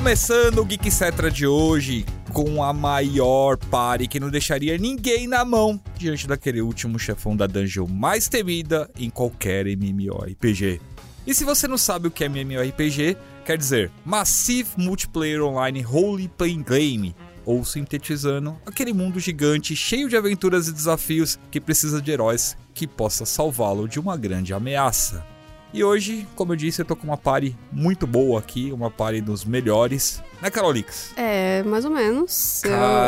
Começando o Geek Cetra de hoje com a maior party que não deixaria ninguém na mão diante daquele último chefão da dungeon mais temida em qualquer MMORPG. E se você não sabe o que é MMORPG, quer dizer Massive Multiplayer Online Role Playing Game, ou sintetizando, aquele mundo gigante cheio de aventuras e desafios que precisa de heróis que possa salvá-lo de uma grande ameaça. E hoje, como eu disse, eu tô com uma party muito boa aqui, uma party dos melhores, né, Carolix? É, mais ou menos.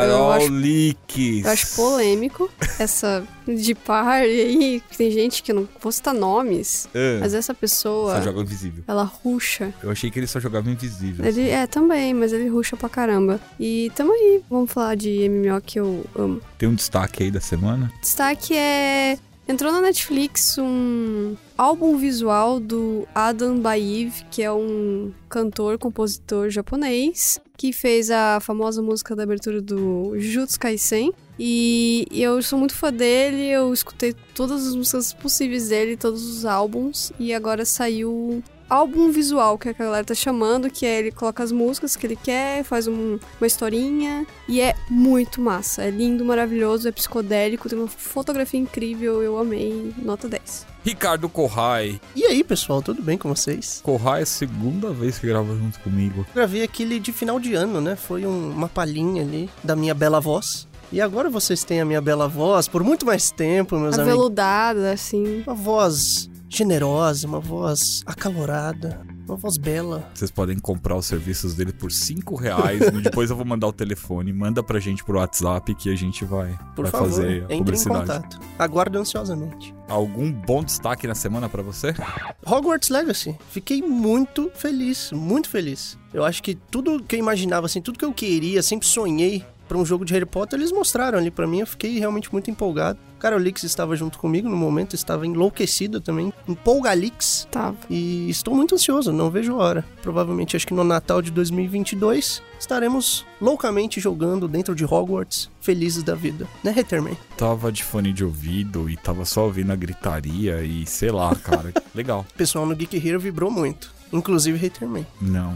Carolix! Eu acho polêmico essa de party aí, que tem gente que não vou citar nomes, mas essa pessoa... Só joga invisível. Ela rusha. Eu achei que ele só jogava invisível. Ele também, mas ele rusha pra caramba. E tamo aí, vamos falar de MMO que eu amo. Tem um destaque aí da semana? Destaque é... Entrou na Netflix um álbum visual do Adam Baive, que é um cantor, compositor japonês, que fez a famosa música da abertura do Jujutsu Kaisen. E eu sou muito fã dele, eu escutei todas as músicas possíveis dele, todos os álbuns, e agora saiu álbum visual, que a galera tá chamando, que é ele coloca as músicas que ele quer, faz uma historinha, e é muito massa, é lindo, maravilhoso, é psicodélico, tem uma fotografia incrível, eu amei, nota 10. Ricardo Corrai. E aí, pessoal, tudo bem com vocês? Corrai é a segunda vez que grava junto comigo. Gravei aquele de final de ano, né? Foi uma palhinha ali da minha bela voz. E agora vocês têm a minha bela voz por muito mais tempo, meus amigos. Aveludada, assim. Uma voz generosa, uma voz acalorada, uma voz bela. Vocês podem comprar os serviços dele por R$5. Depois eu vou mandar o telefone. Manda pra gente por WhatsApp que a gente vai fazer a publicidade. Entre em contato. Aguardo ansiosamente. Algum bom destaque na semana pra você? Hogwarts Legacy. Fiquei muito feliz, muito feliz. Eu acho que tudo que eu imaginava, assim, tudo que eu queria, sempre sonhei pra um jogo de Harry Potter, eles mostraram ali pra mim, eu fiquei realmente muito empolgado. Carolix estava junto comigo no momento, estava enlouquecida também, empolgalix. Tava. E estou muito ansioso, não vejo a hora. Provavelmente, acho que no Natal de 2022, estaremos loucamente jogando dentro de Hogwarts, felizes da vida. Né, Haterman? Tava de fone de ouvido e tava só ouvindo a gritaria e sei lá, cara. Legal. O pessoal no Geek Hero vibrou muito. Inclusive Haterman. Não.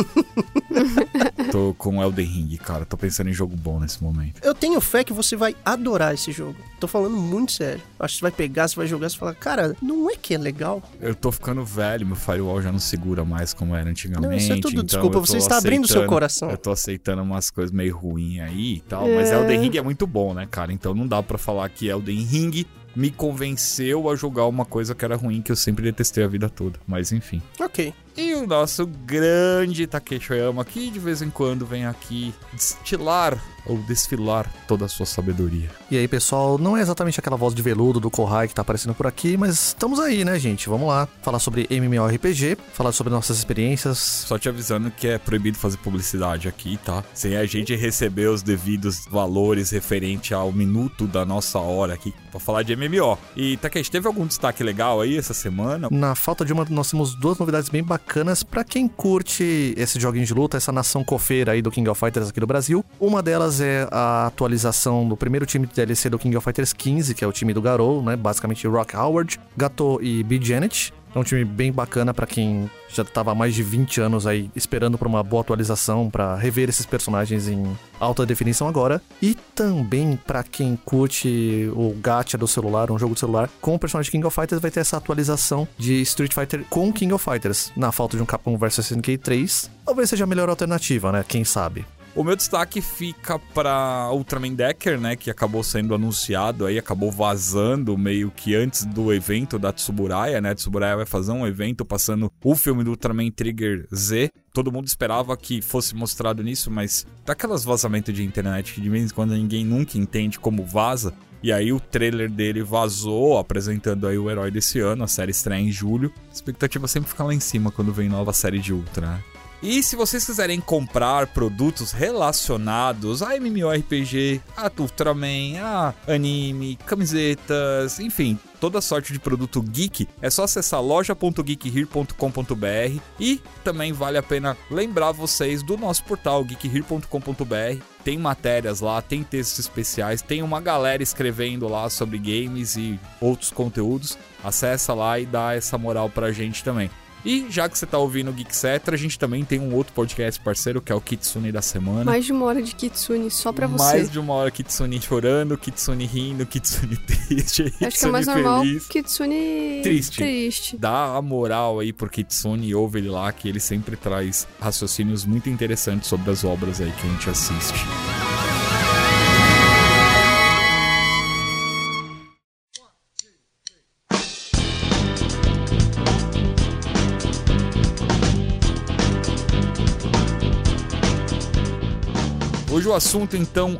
Tô com Elden Ring, cara. Tô pensando em jogo bom nesse momento. Eu tenho fé que você vai adorar esse jogo. Tô falando muito sério. Acho que você vai pegar, você vai jogar, você vai falar, cara, não é que é legal? Eu tô ficando velho, meu firewall já não segura mais como era antigamente. Não, isso é tudo então desculpa, você está abrindo seu coração. Eu tô aceitando umas coisas meio ruins aí e tal, mas Elden Ring é muito bom, né, cara? Então não dá pra falar que Elden Ring me convenceu a jogar uma coisa que era ruim, que eu sempre detestei a vida toda. Mas enfim. Ok. E o nosso grande Takeshi Oyama, que de vez em quando vem aqui destilar ou desfilar toda a sua sabedoria. E aí, pessoal, não é exatamente aquela voz de veludo do Kohai que tá aparecendo por aqui, mas estamos aí, né, gente? Vamos lá, falar sobre MMORPG, falar sobre nossas experiências. Só te avisando que é proibido fazer publicidade aqui, tá? Sem a gente receber os devidos valores referente ao minuto da nossa hora aqui pra falar de MMO. E, Takeshi, teve algum destaque legal aí essa semana? Na falta de uma, nós temos duas novidades bem bacanas pra quem curte esse joguinho de luta, essa nação cofeira aí do King of Fighters aqui do Brasil. Uma delas é a atualização do primeiro time de DLC do King of Fighters 15, que é o time do Garou, né? Basicamente Rock Howard, Gato e B. Janet. É um time bem bacana pra quem já tava há mais de 20 anos aí esperando por uma boa atualização pra rever esses personagens em alta definição agora. E também pra quem curte o gacha do celular, um jogo de celular com o personagem King of Fighters, vai ter essa atualização de Street Fighter com King of Fighters. Na falta de um Capcom vs SNK 3, talvez seja a melhor alternativa, né? Quem sabe? O meu destaque fica pra Ultraman Decker, né, que acabou sendo anunciado aí, acabou vazando meio que antes do evento da Tsuburaya, né, a Tsuburaya vai fazer um evento passando o filme do Ultraman Trigger Z. Todo mundo esperava que fosse mostrado nisso, mas daquelas vazamentos de internet que de vez em quando ninguém nunca entende como vaza. E aí o trailer dele vazou, apresentando aí o herói desse ano, a série estreia em julho. A expectativa sempre fica lá em cima quando vem nova série de Ultra, né? E se vocês quiserem comprar produtos relacionados a MMORPG, a Ultraman, a anime, camisetas, enfim, toda sorte de produto geek, é só acessar loja.geekhere.com.br e também vale a pena lembrar vocês do nosso portal geekhere.com.br. Tem matérias lá, tem textos especiais, tem uma galera escrevendo lá sobre games e outros conteúdos. Acessa lá e dá essa moral pra gente também. E já que você tá ouvindo o Geekcetra, a gente também tem um outro podcast parceiro, que é o Kitsune da Semana. Mais de 1 hora de Kitsune só pra você. Mais de 1 hora Kitsune chorando, Kitsune rindo, Kitsune triste, Kitsune acho que é mais normal feliz. Kitsune triste. Dá a moral aí pro Kitsune e ouve ele lá, que ele sempre traz raciocínios muito interessantes sobre as obras aí que a gente assiste. Hoje o assunto, então,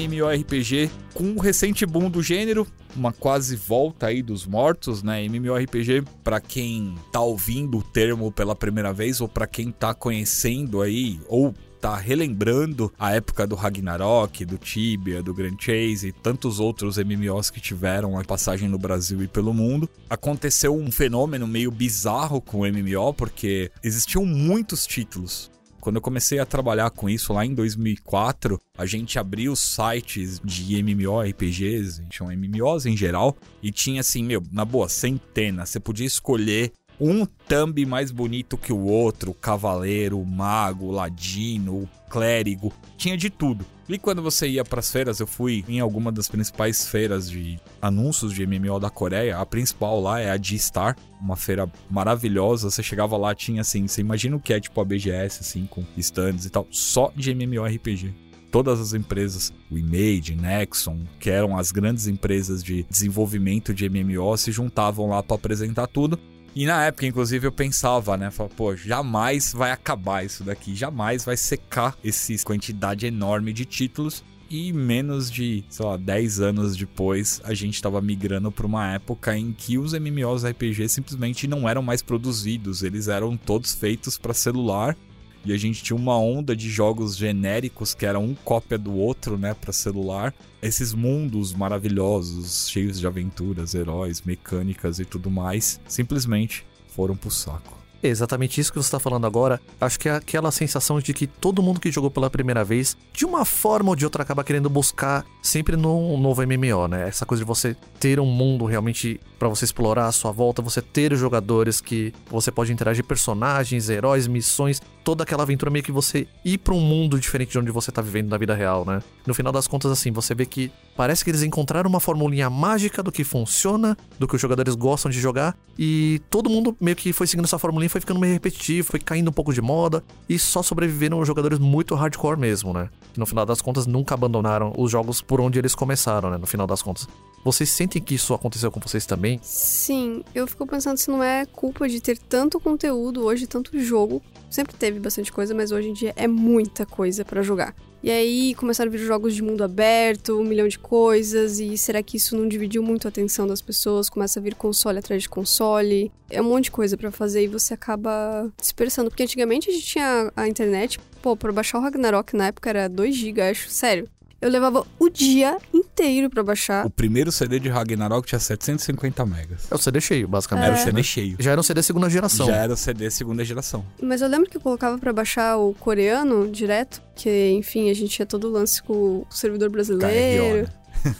MMORPG, com o recente boom do gênero, uma quase volta aí dos mortos, né? MMORPG, pra quem tá ouvindo o termo pela primeira vez, ou pra quem tá conhecendo aí, ou tá relembrando a época do Ragnarok, do Tibia, do Grand Chase e tantos outros MMOs que tiveram a passagem no Brasil e pelo mundo. Aconteceu um fenômeno meio bizarro com o MMO, porque existiam muitos títulos. Quando eu comecei a trabalhar com isso lá em 2004, a gente abriu sites de MMORPGs, tinham MMOs em geral, e tinha assim, na boa, centenas. Você podia escolher um thumb mais bonito que o outro, o cavaleiro, o mago, o ladino, o clérigo, tinha de tudo. E quando você ia pras feiras, eu fui em alguma das principais feiras de anúncios de MMO da Coreia. A principal lá é a G-Star, uma feira maravilhosa. Você chegava lá, tinha assim, você imagina o que é tipo a BGS, assim, com stands e tal, só de MMORPG. Todas as empresas, o Image, Nexon, que eram as grandes empresas de desenvolvimento de MMO, se juntavam lá para apresentar tudo. E na época, inclusive, eu pensava, né? Falava, pô, jamais vai acabar isso daqui. Jamais vai secar essa quantidade enorme de títulos. E menos de, 10 anos depois, a gente estava migrando para uma época em que os MMOs RPG simplesmente não eram mais produzidos. Eles eram todos feitos para celular. E a gente tinha uma onda de jogos genéricos que eram um cópia do outro, né, para celular. Esses mundos maravilhosos, cheios de aventuras, heróis, mecânicas e tudo mais, simplesmente foram pro saco. É exatamente isso que você está falando agora. Acho que é aquela sensação de que todo mundo que jogou pela primeira vez, de uma forma ou de outra, acaba querendo buscar sempre num novo MMO, né? Essa coisa de você ter um mundo realmente para você explorar à sua volta, você ter jogadores que você pode interagir, personagens, heróis, missões, toda aquela aventura meio que você ir para um mundo diferente de onde você tá vivendo na vida real, né? No final das contas, assim, você vê que parece que eles encontraram uma formulinha mágica do que funciona, do que os jogadores gostam de jogar, e todo mundo meio que foi seguindo essa formulinha, foi ficando meio repetitivo, foi caindo um pouco de moda, e só sobreviveram os jogadores muito hardcore mesmo, né? Que no final das contas nunca abandonaram os jogos por onde eles começaram, né? No final das contas. Vocês sentem que isso aconteceu com vocês também? Sim, eu fico pensando se não é culpa de ter tanto conteúdo hoje, tanto jogo. Sempre teve bastante coisa, mas hoje em dia é muita coisa pra jogar. E aí começaram a vir jogos de mundo aberto, 1 milhão de coisas, e será que isso não dividiu muito a atenção das pessoas? Começa a vir console atrás de console, é um monte de coisa pra fazer e você acaba dispersando. Porque antigamente a gente tinha a internet, pra baixar o Ragnarok na época era 2 GB, acho, sério. Eu levava o dia inteiro pra baixar. O primeiro CD de Ragnarok tinha 750 megas. É o CD cheio, basicamente. Era o CD cheio. Já era um CD segunda geração. Já era o CD segunda geração. Mas eu lembro que eu colocava pra baixar o coreano direto, que, enfim, a gente tinha todo o lance com o servidor brasileiro.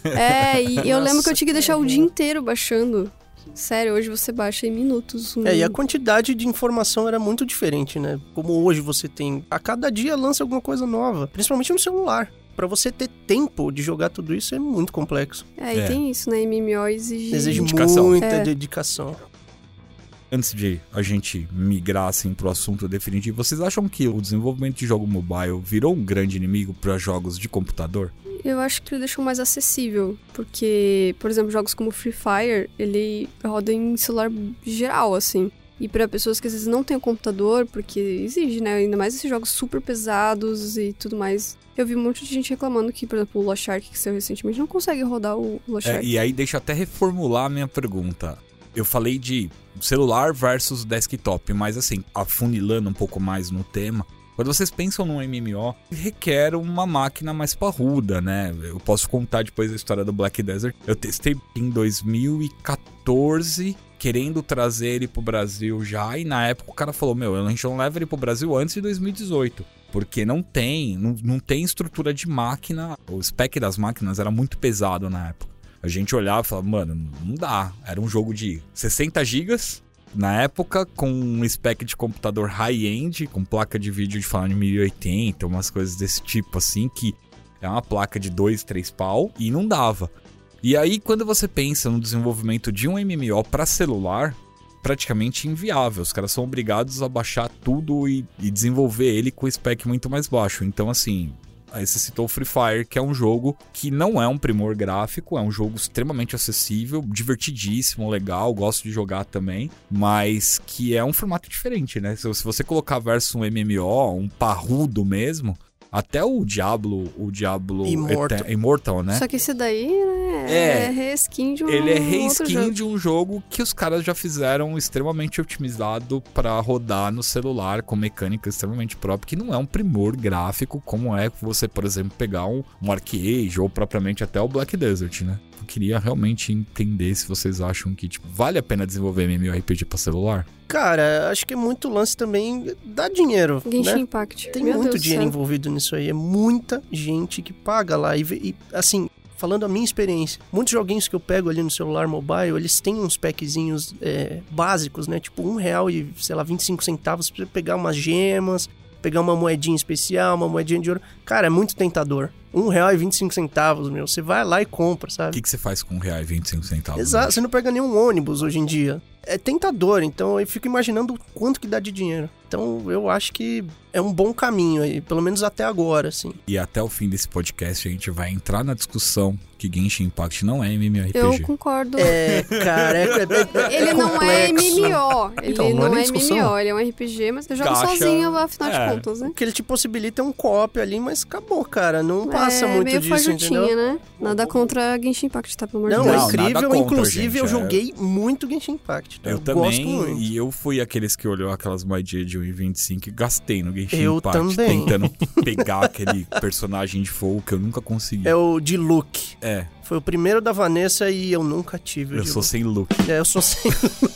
E eu lembro que eu tinha que deixar o dia inteiro baixando. Sério, hoje você baixa em minutos. E a quantidade de informação era muito diferente, né? Como hoje você tem... A cada dia lança alguma coisa nova, principalmente no celular. Pra você ter tempo de jogar tudo isso é muito complexo. E tem isso, né? MMO exige muita dedicação. Antes de a gente migrar assim pro assunto definitivo, vocês acham que o desenvolvimento de jogo mobile virou um grande inimigo para jogos de computador? Eu acho que ele deixou mais acessível, porque, por exemplo, jogos como Free Fire, ele roda em celular geral, assim. E para pessoas que às vezes não têm o computador, porque exige, né? Ainda mais esses jogos super pesados e tudo mais. Eu vi um monte de gente reclamando que, por exemplo, o Lost Ark, que saiu recentemente, não consegue rodar o Lost Ark. E aí deixa eu até reformular a minha pergunta. Eu falei de celular versus desktop, mas assim, afunilando um pouco mais no tema, quando vocês pensam num MMO, requer uma máquina mais parruda, né? Eu posso contar depois a história do Black Desert. Eu testei em 2014, querendo trazer ele pro Brasil já, e na época o cara falou, a gente não leva ele pro Brasil antes de 2018. Porque não tem estrutura de máquina, o spec das máquinas era muito pesado na época. A gente olhava e falava, não dá. Era um jogo de 60 gigas, na época, com um spec de computador high-end, com placa de vídeo de falar de 1080, umas coisas desse tipo assim, que é uma placa de 2, 3 pau, e não dava. E aí, quando você pensa no desenvolvimento de um MMO para celular, praticamente inviável. Os caras são obrigados a baixar tudo e desenvolver ele com spec muito mais baixo. Então, assim, aí você citou o Free Fire, que é um jogo que não é um primor gráfico, é um jogo extremamente acessível, divertidíssimo, legal, gosto de jogar também, mas que é um formato diferente, né? Se você colocar versus um MMO, um parrudo mesmo, até o Diablo Immortal, né? Só que esse daí, né, é reskin de um Ele é outro reskin jogo. de um jogo que os caras já fizeram extremamente otimizado pra rodar no celular, com mecânica extremamente própria, que não é um primor gráfico como é você, por exemplo, pegar um Arcade ou propriamente até o Black Desert, né? Eu queria realmente entender se vocês acham que vale a pena desenvolver MMORPG pra celular. Cara, acho que é muito lance também dá dinheiro, Genshin né? Impact. Tem Meu muito Deus do dinheiro céu. envolvido nisso aí. É muita gente que paga lá. E assim, falando a minha experiência, muitos joguinhos que eu pego ali no celular mobile, eles têm uns packzinhos básicos, né? Tipo R$1,25 pra você pegar umas gemas, pegar uma moedinha especial, uma moedinha de ouro. Cara, é muito tentador. R$1,25, meu. Você vai lá e compra, sabe? O que você faz com R$1,25? Exato, você não pega nenhum ônibus hoje em dia. É tentador, então eu fico imaginando quanto que dá de dinheiro. Então eu acho que é um bom caminho aí, pelo menos até agora, assim. E até o fim desse podcast a gente vai entrar na discussão que Genshin Impact não é MMORPG. Eu concordo. Cara, Ele não é complexo. MMO. Ele Então, não é não nem é discussão. MMO, ele é um RPG, mas eu jogo Caixa, sozinho, afinal de contas, né? O que ele te possibilita é um co-op ali, mas acabou, cara. Não passa muito meio disso, fajutinha, entendeu? né? Nada contra Genshin Impact, tá? Pelo amor Não, de é Deus. nada incrível. contra, Inclusive, gente, eu joguei muito Genshin Impact. Tá? Eu gosto também, muito. e eu fui aqueles que olhou aquelas moedinhas de 1,25 e gastei no Genshin Eu Impact, também. tentando pegar aquele personagem de fogo que eu nunca consegui. É o de Luke. É, Foi o primeiro da Vanessa e eu nunca tive o eu de sou Luke. sem look. Eu sou sem...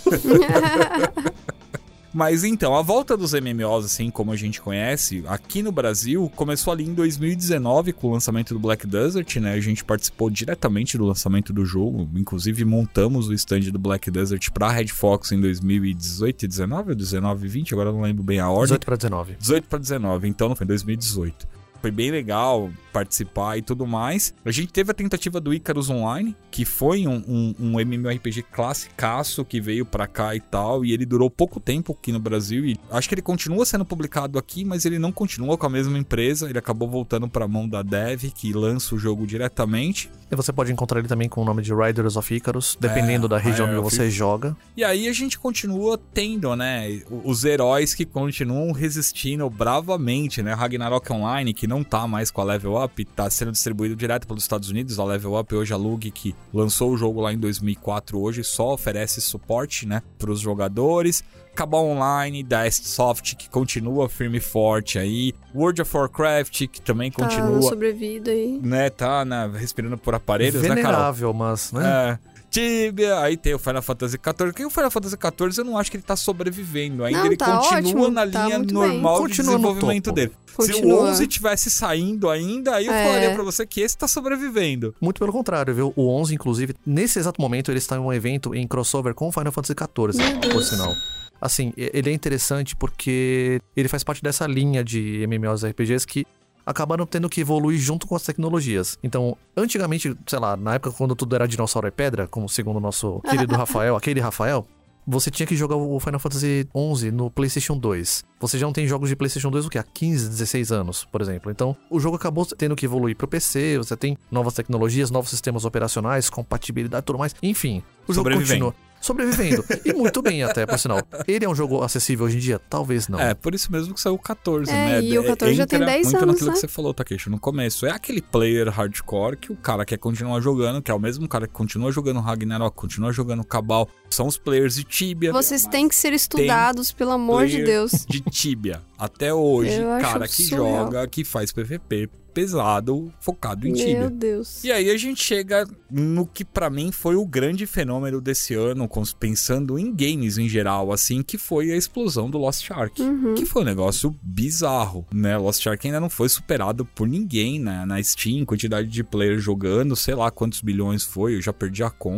Mas então, a volta dos MMOs, assim como a gente conhece, aqui no Brasil, começou ali em 2019 com o lançamento do Black Desert, né? A gente participou diretamente do lançamento do jogo, inclusive montamos o stand do Black Desert pra Red Fox em 2018 e 19 ou 19 e 20, agora eu não lembro bem a ordem. 18 para 19. 18 para 19, então não foi 2018. Foi bem legal participar e tudo mais. A gente teve a tentativa do Icarus Online, que foi um MMORPG classicaço que veio pra cá e tal, e ele durou pouco tempo aqui no Brasil, e acho que ele continua sendo publicado aqui, mas ele não continua com a mesma empresa, ele acabou voltando pra mão da Dev, que lança o jogo diretamente. E você pode encontrar ele também com o nome de Riders of Icarus, dependendo da região onde você joga. E aí a gente continua tendo, né, os heróis que continuam resistindo bravamente, né, Ragnarok Online, que não tá mais com a Level Up, tá sendo distribuído direto pelos Estados Unidos, a Level Up hoje, a Lug, que lançou o jogo lá em 2004, hoje só oferece suporte, né, pros jogadores. Cabal Online, da Soft, que continua firme e forte aí. World of Warcraft, que também continua, sobrevida aí. né, tá respirando por aparelhos, né, Carol? Venerável, mas, né? Tibia, aí tem o Final Fantasy XIV. Que o Final Fantasy XIV eu não acho que ele tá sobrevivendo ainda. Não, ele tá continua ótimo, na tá linha muito normal bem. de Continua no desenvolvimento topo. dele. Se o Continua. 11 tivesse saindo ainda, aí eu falaria pra você que esse tá sobrevivendo. Muito pelo contrário, viu? O 11, inclusive, nesse exato momento, ele está em um evento em crossover com o Final Fantasy XIV, por sinal. Assim, ele é interessante porque ele faz parte dessa linha de MMORPGs que acabaram tendo que evoluir junto com as tecnologias. Então, antigamente, sei lá, na época quando tudo era dinossauro e pedra, como segundo o nosso querido Rafael, aquele Rafael, você tinha que jogar o Final Fantasy XI no PlayStation 2. Você já não tem jogos de PlayStation 2 o quê? Há 15, 16 anos, por exemplo. Então, o jogo acabou tendo que evoluir pro PC, você tem novas tecnologias, novos sistemas operacionais, compatibilidade e tudo mais. Enfim, o jogo continua sobrevivendo. E muito bem até, por sinal. Ele é um jogo acessível hoje em dia? Talvez não. É, por isso mesmo que saiu o 14, né? E o 14 já tem 10 muito anos, naquilo né? que você falou, Takeshi, no começo. É aquele player hardcore que o cara quer continuar jogando, que é o mesmo cara que continua jogando Ragnarok, continua jogando Cabal. São os players de Tibia. Vocês têm que ser estudados, pelo amor de Deus. De Tibia. Até hoje, Eu acho cara que surreal. joga, que faz PVP pesado, focado em Tibia. Meu Deus. E aí a gente chega no que pra mim foi o grande fenômeno desse ano, pensando em games em geral, assim, que foi a explosão do Lost Ark. Que foi um negócio bizarro, né? Lost Ark ainda não foi superado por ninguém na Steam, quantidade de players jogando, sei lá quantos bilhões foi, eu já perdi a conta.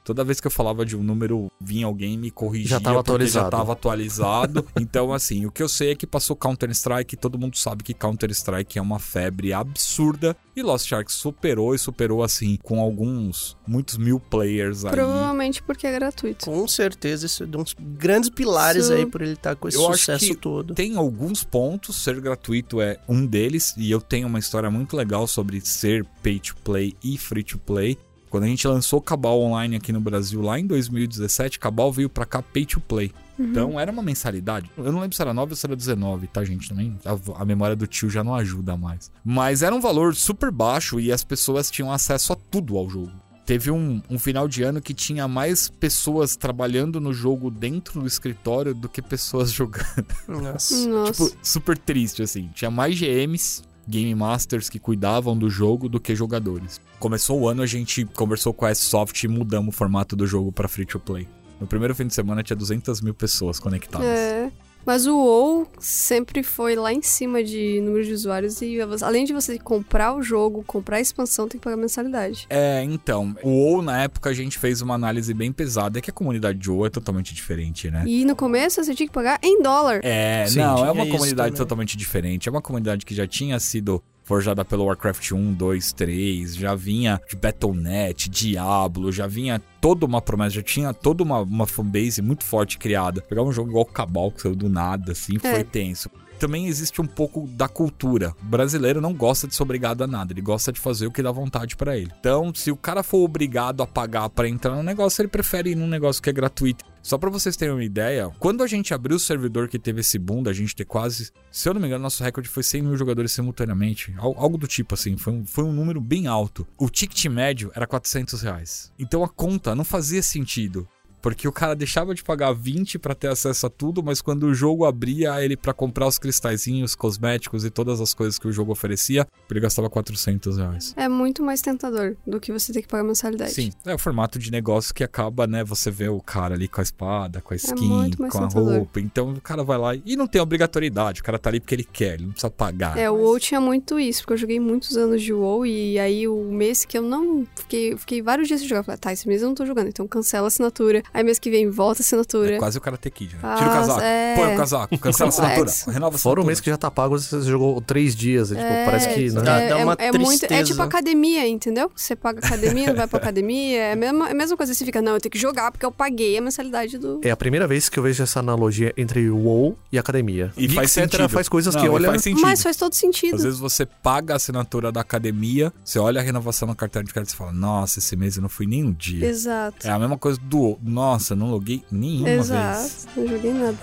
Toda vez que eu falava de um número, vinha alguém me corrigia. Já tava porque já atualizado. tava atualizado. Então, assim, o que eu sei é que passou Counter-Strike. Todo mundo sabe que Counter-Strike é uma febre absurda. E Lost Ark superou, assim, com muitos mil players aí. Provavelmente porque é gratuito. Com certeza, isso é um dos grandes pilares Isso. aí por ele estar com esse Eu acho sucesso que todo. Tem alguns pontos, ser gratuito é um deles, e eu tenho uma história muito legal sobre ser pay to play e free to play. Quando a gente lançou Cabal Online aqui no Brasil, lá em 2017, Cabal veio pra cá pay to play. Então era uma mensalidade. Eu não lembro se era 9 ou se era 19, tá, gente? Também a memória do tio já não ajuda mais. Mas era um valor super baixo e as pessoas tinham acesso a tudo ao jogo. Teve um final de ano que tinha mais pessoas trabalhando no jogo dentro do escritório do que pessoas jogando. Nossa. Nossa. Tipo, super triste, assim. Tinha mais GMs, Game Masters, que cuidavam do jogo do que jogadores. Começou o ano, a gente conversou com a S-Soft e mudamos o formato do jogo pra free to play. No primeiro fim de semana tinha 200 mil pessoas conectadas. É. Mas o WoW sempre foi lá em cima de número de usuários e além de você comprar o jogo, comprar a expansão, tem que pagar mensalidade. Então, o WoW na época a gente fez uma análise bem pesada, é que a comunidade de WoW é totalmente diferente, né? E no começo você tinha que pagar em dólar. Sim, não, é tinha uma isso comunidade também. totalmente diferente. É uma comunidade que já tinha sido forjada pelo Warcraft 1, 2, 3, já vinha de Battle.net, Diablo, já vinha toda uma promessa, já tinha toda uma fanbase muito forte criada. Pegar um jogo igual o Cabal, que saiu do nada, assim, foi tenso. Também existe um pouco da cultura. O brasileiro não gosta de ser obrigado a nada, ele gosta de fazer o que dá vontade pra ele. Então, se o cara for obrigado a pagar pra entrar no negócio, ele prefere ir num negócio que é gratuito. Só pra vocês terem uma ideia, quando a gente abriu o servidor que teve esse boom, a gente ter quase, se eu não me engano, nosso recorde foi 100 mil jogadores simultaneamente. Algo do tipo assim, foi um número bem alto. O ticket médio era R$400. Então a conta não fazia sentido. Porque o cara deixava de pagar 20 pra ter acesso a tudo, mas quando o jogo abria ele pra comprar os cristalzinhos, cosméticos e todas as coisas que o jogo oferecia, ele gastava R$400. É muito mais tentador do que você ter que pagar mensalidade. Sim, é o formato de negócio que acaba, né, você vê o cara ali com a espada, com a skin, muito mais com a tentador. roupa. Então o cara vai lá e não tem obrigatoriedade, o cara tá ali porque ele quer, ele não precisa pagar. O WoW tinha muito isso, porque eu joguei muitos anos de WoW e aí o mês que eu não... Fiquei vários dias sem jogar. Falei, tá, esse mês eu não tô jogando, então cancela a assinatura. Aí mês que vem, volta a assinatura. É quase o Karate Kid, né? Tira o casaco, põe o casaco, cancela a assinatura, Complexo. renova a Fora o assinatura. mês que já tá pago, você jogou 3 dias. Tipo, parece que... Né? Dá uma muito, é tristeza. tipo academia, entendeu? Você paga academia, não vai pra academia. É a mesma coisa. Você fica, não, eu tenho que jogar porque eu paguei a mensalidade do... É a primeira vez que eu vejo essa analogia entre o WoW e academia. E faz Etc. sentido. faz coisas Não, que e olha... faz sentido. Mas faz todo sentido. Às vezes você paga a assinatura da academia, você olha a renovação no cartão de crédito e fala, nossa, esse mês eu não fui nem um dia. Exato. É a mesma coisa do, nossa, não loguei nenhuma vez. Exato. Não joguei nada.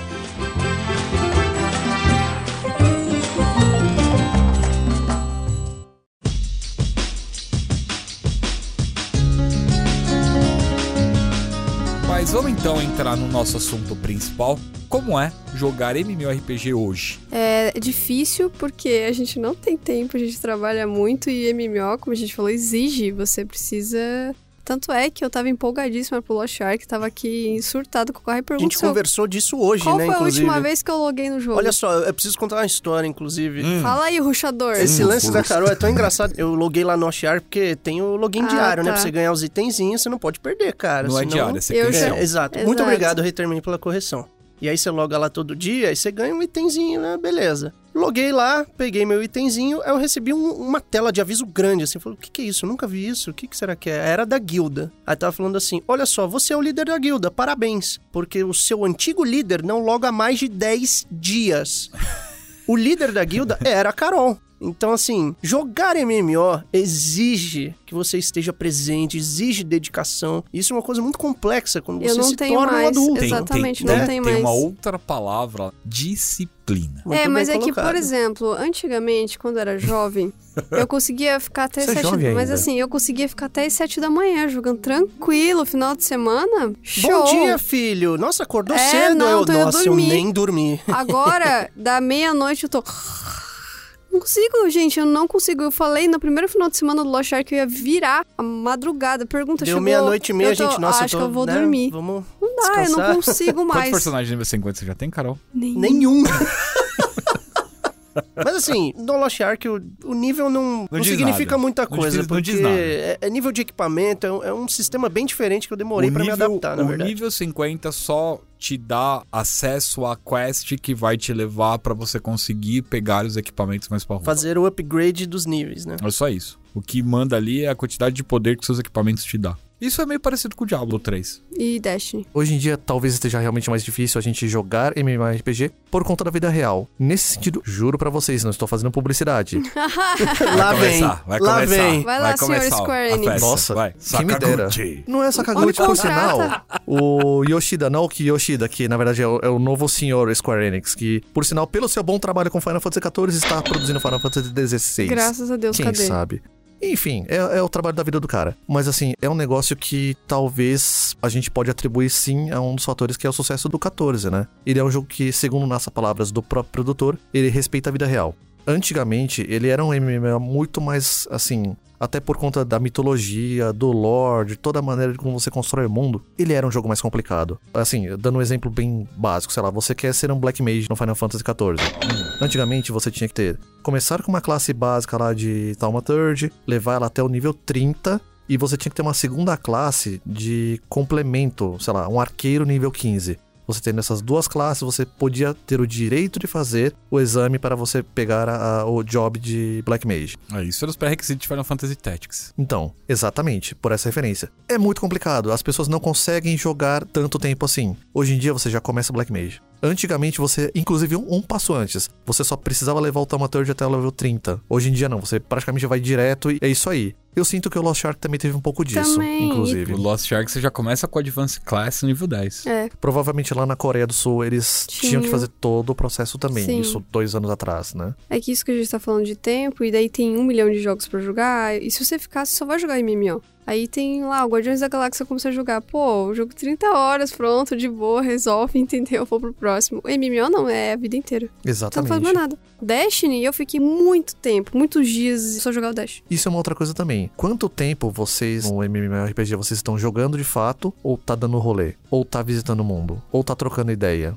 Mas vamos então entrar no nosso assunto principal. Como é jogar MMORPG hoje? É difícil porque a gente não tem tempo, a gente trabalha muito e MMO, como a gente falou, exige. Você precisa... Tanto é que eu tava empolgadíssima pro Lost Ark, tava aqui surtado com o carro e A perguntou... gente conversou disso hoje, Qual né, foi inclusive. a última vez que eu loguei no jogo? Olha só, eu preciso contar uma história, inclusive. Fala aí, rushador. Esse lance da Carol é tão engraçado. Eu loguei lá no Lost Ark porque tem o login diário, né? tá. Pra você ganhar os itenzinhos, você não pode perder, cara. Não é senão... diário, é Eu sequencial. Exato. Muito obrigado, Retermine, pela correção. E aí você loga lá todo dia, aí você ganha um itemzinho, né? Beleza. Loguei lá, peguei meu itemzinho, aí eu recebi uma tela de aviso grande, assim. Falei, o que é isso? Eu nunca vi isso. O que será que é? Era da guilda. Aí tava falando assim, olha só, você é o líder da guilda, parabéns. Porque o seu antigo líder não loga há mais de 10 dias. O líder da guilda era a Carol. Então, assim, jogar MMO exige que você esteja presente, exige dedicação. Isso é uma coisa muito complexa quando Eu você não se tenho torna um mais, adulto. exatamente, né? não tem Tem mais. uma outra palavra, disciplina. Muito Mas bem é que, colocado. por exemplo, antigamente, quando eu era jovem, eu conseguia ficar até Você é 7... jovem Mas ainda. assim, eu conseguia ficar até as 7 da manhã, jogando tranquilo, final de semana, show! Bom dia, filho. Nossa, acordou cedo. não, eu Nossa, eu dormi. nem dormi. Agora, da meia-noite, eu tô... Não consigo, gente, eu não consigo. Eu falei no primeiro final de semana do Lost Ark que eu ia virar a madrugada. Pergunta, Deu chegou... meia-noite e meia, eu tô- gente. Nossa, acho eu tô, que eu vou né, dormir. Vamos Não dá, eu descansar. não consigo Quantos mais. personagens nível 50 você já tem, Carol? Nenhum. Mas assim, no Lost Ark o nível não diz significa nada. muita Não coisa, diz- não porque diz nada. é nível de equipamento, é um sistema bem diferente que eu demorei pra me adaptar, na o verdade. nível 50 só te dá acesso à quest que vai te levar pra você conseguir pegar os equipamentos mais parrudos. Fazer o upgrade dos níveis, né? É só isso. O que manda ali é a quantidade de poder que seus equipamentos te dão. Isso é meio parecido com o Diablo 3. E Destiny. Hoje em dia, talvez esteja realmente mais difícil a gente jogar MMORPG por conta da vida real. Nesse sentido, juro pra vocês, não estou fazendo publicidade. Lá vem, vai lá começar. vem. Vai lá, senhor começar Square a Enix. festa. Nossa, vai. quem me dera. Sakaguchi. Não é Sakaguchi, Olha, por sinal. contrata. O Yoshida, Naoki Yoshida, que na verdade é o novo senhor Square Enix, que, por sinal, pelo seu bom trabalho com Final Fantasy XIV, está produzindo Final Fantasy XVI. Graças a Deus, Quem cadê? sabe? Enfim, é o trabalho da vida do cara. Mas assim, é um negócio que talvez a gente pode atribuir sim a um dos fatores que é o sucesso do 14, né? Ele é um jogo que, segundo nas palavras do próprio produtor, ele respeita a vida real. Antigamente, ele era um MMO muito mais, assim, até por conta da mitologia, do lore, de toda a maneira de como você constrói o mundo, ele era um jogo mais complicado. Assim, dando um exemplo bem básico, sei lá, você quer ser um Black Mage no Final Fantasy XIV. Antigamente, você tinha que começar com uma classe básica lá de Thaumaturge, levar ela até o nível 30, e você tinha que ter uma segunda classe de complemento, sei lá, um arqueiro nível 15. Você tendo essas duas classes, você podia ter o direito de fazer o exame para você pegar o job de Black Mage. Isso era os pré-requisitos de Final Fantasy Tactics. Então, exatamente, por essa referência. É muito complicado, as pessoas não conseguem jogar tanto tempo assim. Hoje em dia você já começa Black Mage. Antigamente você, inclusive um passo antes, você só precisava levar o Thaumaturge até o level 30. Hoje em dia não, você praticamente vai direto e é isso aí. Eu sinto que o Lost Ark também teve um pouco disso, Também. inclusive. O Lost Ark você já começa com o Advanced Class nível 10. É, Provavelmente lá na Coreia do Sul eles tinham que fazer todo o processo também. Sim. Isso 2 anos atrás, né? é que isso que a gente tá falando de tempo, e daí tem 1 milhão de jogos pra jogar, e se você ficar, você só vai jogar MMO. Aí tem lá, o Guardiões da Galáxia começa a jogar, pô, o jogo 30 horas, pronto, de boa, resolve, entendeu? Vou pro próximo. O MMO não, é a vida inteira. Então não Exatamente. faz mais nada. Destiny, eu fiquei muito tempo, muitos dias só jogar o Dash. Isso é uma outra coisa também. Quanto tempo vocês, no MMORPG, vocês estão jogando de fato, ou tá dando rolê? Ou tá visitando o mundo? Ou tá trocando ideia?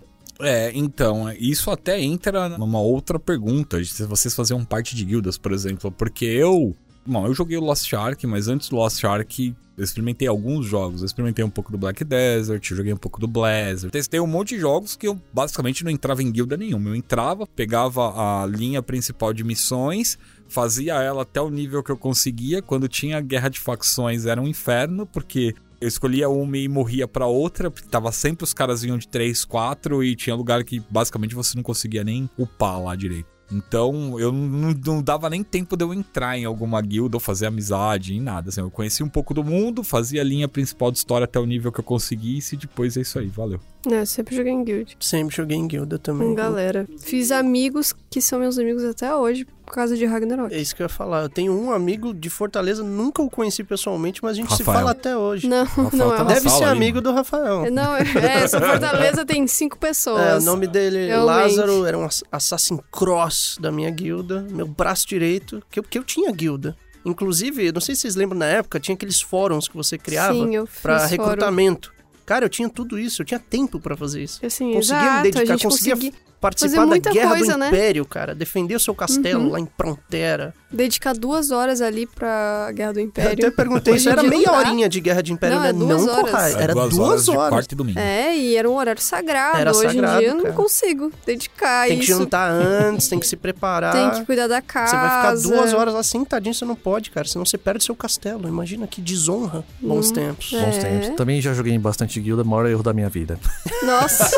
Então, isso até entra numa outra pergunta, de se vocês faziam parte de guildas, por exemplo, porque eu joguei o Lost Ark, mas antes do Lost Ark eu experimentei alguns jogos. Eu experimentei um pouco do Black Desert, eu joguei um pouco do Blizzard. Testei um monte de jogos que eu basicamente não entrava em guilda nenhuma. Eu entrava, pegava a linha principal de missões, fazia ela até o nível que eu conseguia. Quando tinha guerra de facções era um inferno, porque eu escolhia uma e morria pra outra, porque tava sempre os caras vinham de 3, 4 e tinha lugar que basicamente você não conseguia nem upar lá direito. Então, eu não dava nem tempo de eu entrar em alguma guilda ou fazer amizade, em nada. Assim, eu conheci um pouco do mundo, fazia a linha principal de história até o nível que eu conseguisse e depois é isso aí, valeu. É, eu sempre joguei em guild. Sempre joguei em guilda também. Com galera. Fiz amigos que são meus amigos até hoje, por causa de Ragnarok. É isso que eu ia falar. Eu tenho um amigo de Fortaleza, nunca o conheci pessoalmente, mas a gente se Rafael. fala até hoje. Não, não é tá o na Deve sala ser ali, amigo mano. do Rafael. Não, essa Fortaleza tem 5 pessoas. É, o nome dele, Realmente. Lázaro, era um Assassin Cross da minha guilda, meu braço direito, que eu tinha guilda. Inclusive, não sei se vocês lembram, na época, tinha aqueles fóruns que você criava Sim, eu fiz pra fórum. recrutamento. Cara, eu tinha tudo isso, eu tinha tempo pra fazer isso. Assim, Conseguia exato, me dedicar, a gente conseguia conseguia participar fazer da muita Guerra coisa, do né? Império, cara. Defender o seu castelo lá em Prontera. dedicar 2 horas ali pra Guerra do Eu Império. até perguntei, Hoje isso em era dia não meia dá. horinha de Guerra de Império, Não, né? é 2 Não, horas. porra, era 2 de horas. quarta e domingo. É, e era um horário sagrado. Era Hoje sagrado, em dia eu não cara. consigo dedicar Tem que isso. jantar antes, tem que se preparar. Tem que cuidar da casa. Você vai ficar 2 horas lá sentadinho, você não pode, cara. Senão você perde seu castelo. Imagina que desonra. Bons tempos. É. Bons tempos. Também já joguei em bastante guilda, maior erro da minha vida. Nossa,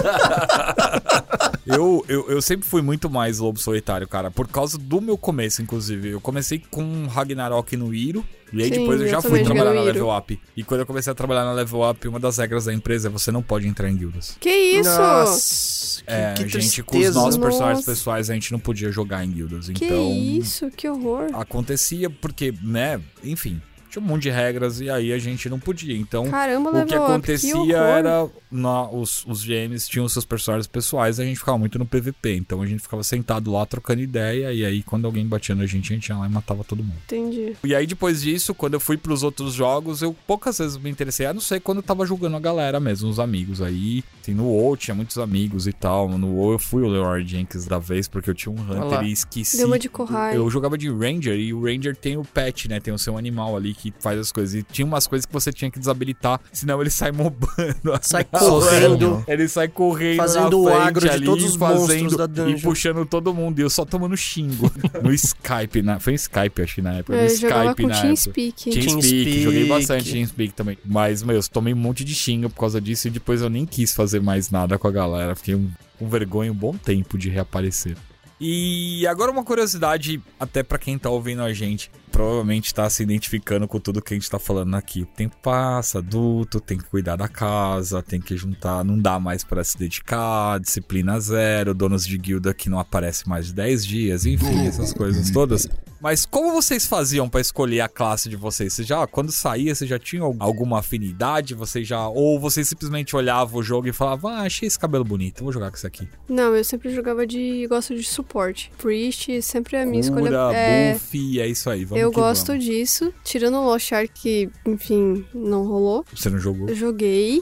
Eu sempre fui muito mais lobo solitário, cara, por causa do meu começo, inclusive. Eu comecei com Ragnarok no Iro, e aí Sim, depois eu eu já fui também joguei trabalhar no na Iro. Level Up. E quando eu comecei a trabalhar na Level Up, uma das regras da empresa é você não pode entrar em guildas. que isso? Nossa, que A gente, com os tristeza. nossos personagens Nossa. pessoais, a gente não podia jogar em guildas. Que Então, isso? Que horror. acontecia porque, né, enfim, tinha um monte de regras e aí a gente não podia. Então, Caramba, o que level up, acontecia horror. era os GMs tinham seus personagens pessoais, a gente ficava muito no PVP. Então a gente ficava sentado lá trocando ideia. E aí, quando alguém batia na gente ia lá e matava todo mundo. Entendi. E aí, depois disso, quando eu fui pros outros jogos, eu poucas vezes me interessei. A não ser quando eu tava jogando a galera mesmo, os amigos. Aí Tem no WoW, tinha muitos amigos e tal. No WoW eu fui o Leroy Jenkins da vez, porque eu tinha um Hunter e esqueci. Deu uma de Kohai. Eu jogava de Ranger e o Ranger tem o pet, né? Tem o seu animal ali que faz as coisas. E tinha umas coisas que você tinha que desabilitar, senão ele sai mobando. Sai correndo. Ele sai correndo fazendo na o frente agro de ali, todos os monstros da e dungeon. puxando todo mundo. E eu só tomando xingo. No Skype, foi no Skype, acho que na época. No Eu jogava Skype com na época. TeamSpeak. TeamSpeak, joguei bastante TeamSpeak também. Mas, meu, eu tomei um monte de xinga por causa disso e depois eu nem quis fazer mais nada com a galera. Fiquei com vergonha um bom tempo de reaparecer. E agora uma curiosidade, até pra quem tá ouvindo a gente, provavelmente tá se identificando com tudo que a gente tá falando aqui. O tempo passa, adulto, tem que cuidar da casa, tem que juntar, não dá mais pra se dedicar, disciplina zero, donos de guilda que não aparecem mais de 10 dias, enfim, essas coisas todas. Mas como vocês faziam pra escolher a classe de vocês? Você já, quando saía, você já tinha alguma afinidade? Ou vocês simplesmente olhavam o jogo e falavam, achei esse cabelo bonito, vou jogar com isso aqui? Não, eu sempre jogava gosto de suporte. Priest sempre é a minha Cura, escolha. buff, é isso aí, vamos Eu que gosto vamos. disso. Tirando o Lost Ark, que, enfim, não rolou. Você não jogou? Eu joguei,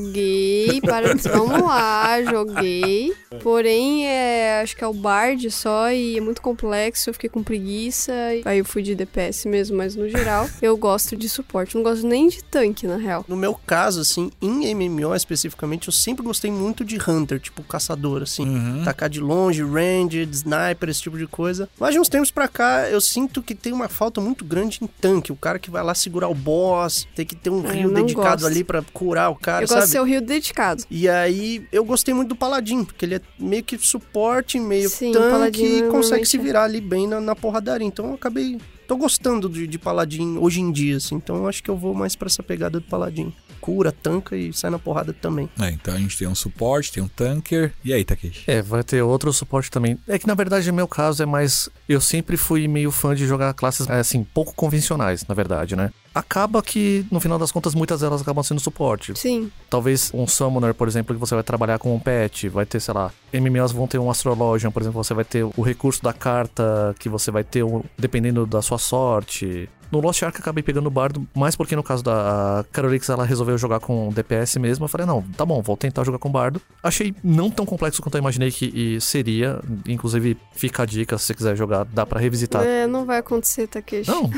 vamos lá, joguei. Porém, acho que é o Bard só e é muito complexo, eu fiquei com preguiça. Aí eu fui de DPS mesmo, mas no geral, eu gosto de suporte. Não gosto nem de tanque, na real. No meu caso, assim, em MMO especificamente, eu sempre gostei muito de Hunter, tipo caçador, assim. Tacar de longe, ranged, sniper, esse tipo de coisa. Mas de uns tempos pra cá, eu sinto que tem uma falta muito grande em tanque. O cara que vai lá segurar o boss, tem que ter um rio dedicado ali pra curar o cara, sabe? Eu gosto de ser o rio dedicado. E aí, eu gostei muito do Paladin, porque ele é meio que suporte, meio Sim, tanque e consegue normalmente se virar ali bem na porradaria. Então eu acabei... Tô gostando de Paladin hoje em dia, assim. Então eu acho que eu vou mais pra essa pegada do Paladin. Cura, tanca e sai na porrada também. Então a gente tem um suporte, tem um tanker. E aí, Takeshi? Vai ter outro suporte também. É que na verdade, no meu caso, é mais... Eu sempre fui meio fã de jogar classes, assim, pouco convencionais, na verdade, né? Acaba que, no final das contas, muitas delas acabam sendo suporte. Sim. Talvez um Summoner, por exemplo, que você vai trabalhar com um pet, vai ter, sei lá, MMOs vão ter um Astrologian, por exemplo, você vai ter o recurso da carta, que você vai ter, dependendo da sua sorte. No Lost Ark eu acabei pegando o Bardo, mais porque no caso da Carolix ela resolveu jogar com DPS mesmo. Eu falei, não, tá bom, vou tentar jogar com o Bardo. Achei não tão complexo quanto eu imaginei que seria. Inclusive, fica a dica, se você quiser jogar, dá pra revisitar. Não vai acontecer, Takeshi. Não?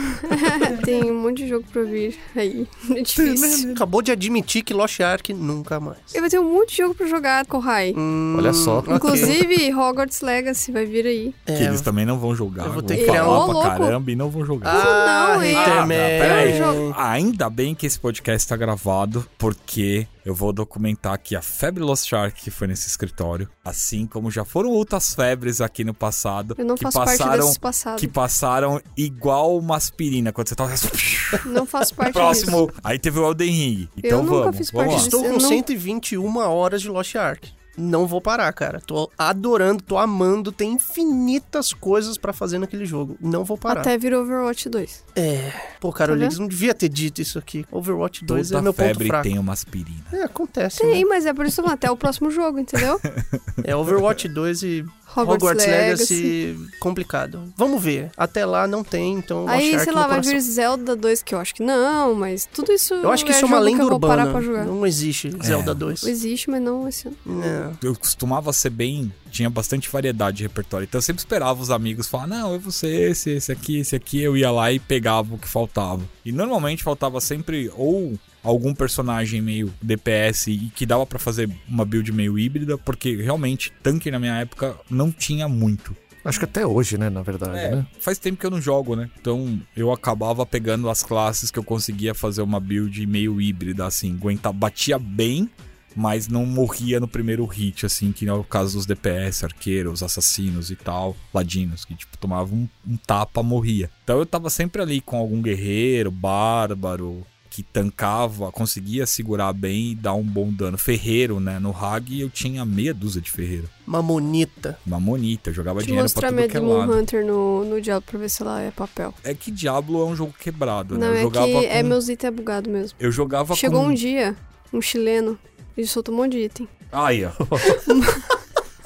Tem um monte de jogo pra vir aí. É difícil. Acabou de admitir que Lost Ark nunca mais. Eu vou ter um monte de jogo pra jogar, Kohai. Olha só. Ok. Inclusive, Hogwarts Legacy vai vir aí. Que eles também não vão jogar. eu vou ter Vão que criar falar um- pra Ô, louco. caramba e não vão jogar. Não, peraí. eu Ainda bem que esse podcast tá gravado, porque eu vou documentar aqui a febre Lost Shark que foi nesse escritório, assim como já foram outras febres aqui no passado. Eu não que faço parte passaram, desses passados. que passaram igual uma aspirina, quando você tava... Não faço parte Próximo, disso. aí teve o Elden Ring. Então nunca vamos, fiz vamos parte lá. disso. Estou Eu com não- 121 horas de Lost Ark. Não vou parar, cara. Tô adorando, tô amando. Tem infinitas coisas pra fazer naquele jogo. Não vou parar. Até virou Overwatch 2. Pô, cara, o Tá Liggs não devia ter dito isso aqui. Overwatch 2 Toda é meu ponto febre fraco. tem uma aspirina. Acontece, Tem, né? mas é por isso que até o próximo jogo, entendeu? É Overwatch 2 e Hogwarts Legacy complicado. Vamos ver. Até lá não tem, então Aí, Lost Ark sei no lá, vai coração. vir Zelda 2, que eu acho que não, mas tudo isso Eu acho que isso é uma jogo lenda que eu vou parar urbana. pra jogar. Não existe Zelda 2. Existe, mas não esse ano. Não. Eu costumava ser bem... Tinha bastante variedade de repertório. Então eu sempre esperava os amigos falar, não, eu vou ser esse aqui. Eu ia lá e pegava o que faltava. E normalmente faltava sempre ou algum personagem meio DPS e que dava pra fazer uma build meio híbrida, porque realmente tanque na minha época não tinha muito. Acho que até hoje, né, na verdade, né? Faz tempo que eu não jogo, né? Então eu acabava pegando as classes que eu conseguia fazer uma build meio híbrida, assim, batia bem, mas não morria no primeiro hit, assim, que é o caso dos DPS, arqueiros, assassinos e tal, ladinos, que tipo, tomavam um tapa, morria. Então eu tava sempre ali com algum guerreiro, bárbaro, que tancava, conseguia segurar bem e dar um bom dano. Ferreiro, né? No Hag eu tinha meia dúzia de ferreiro. Mamonita. Mamonita, eu jogava Deixa eu dinheiro pra mostrar tudo minha que é Demon lado. Hunter no Diablo pra ver se ela é papel. É que Diablo é um jogo quebrado, né? Não, Eu é jogava que com... meus itens é bugado mesmo. Eu jogava Chegou com... um dia, um chileno, ele soltou um monte de item. Aí, ó.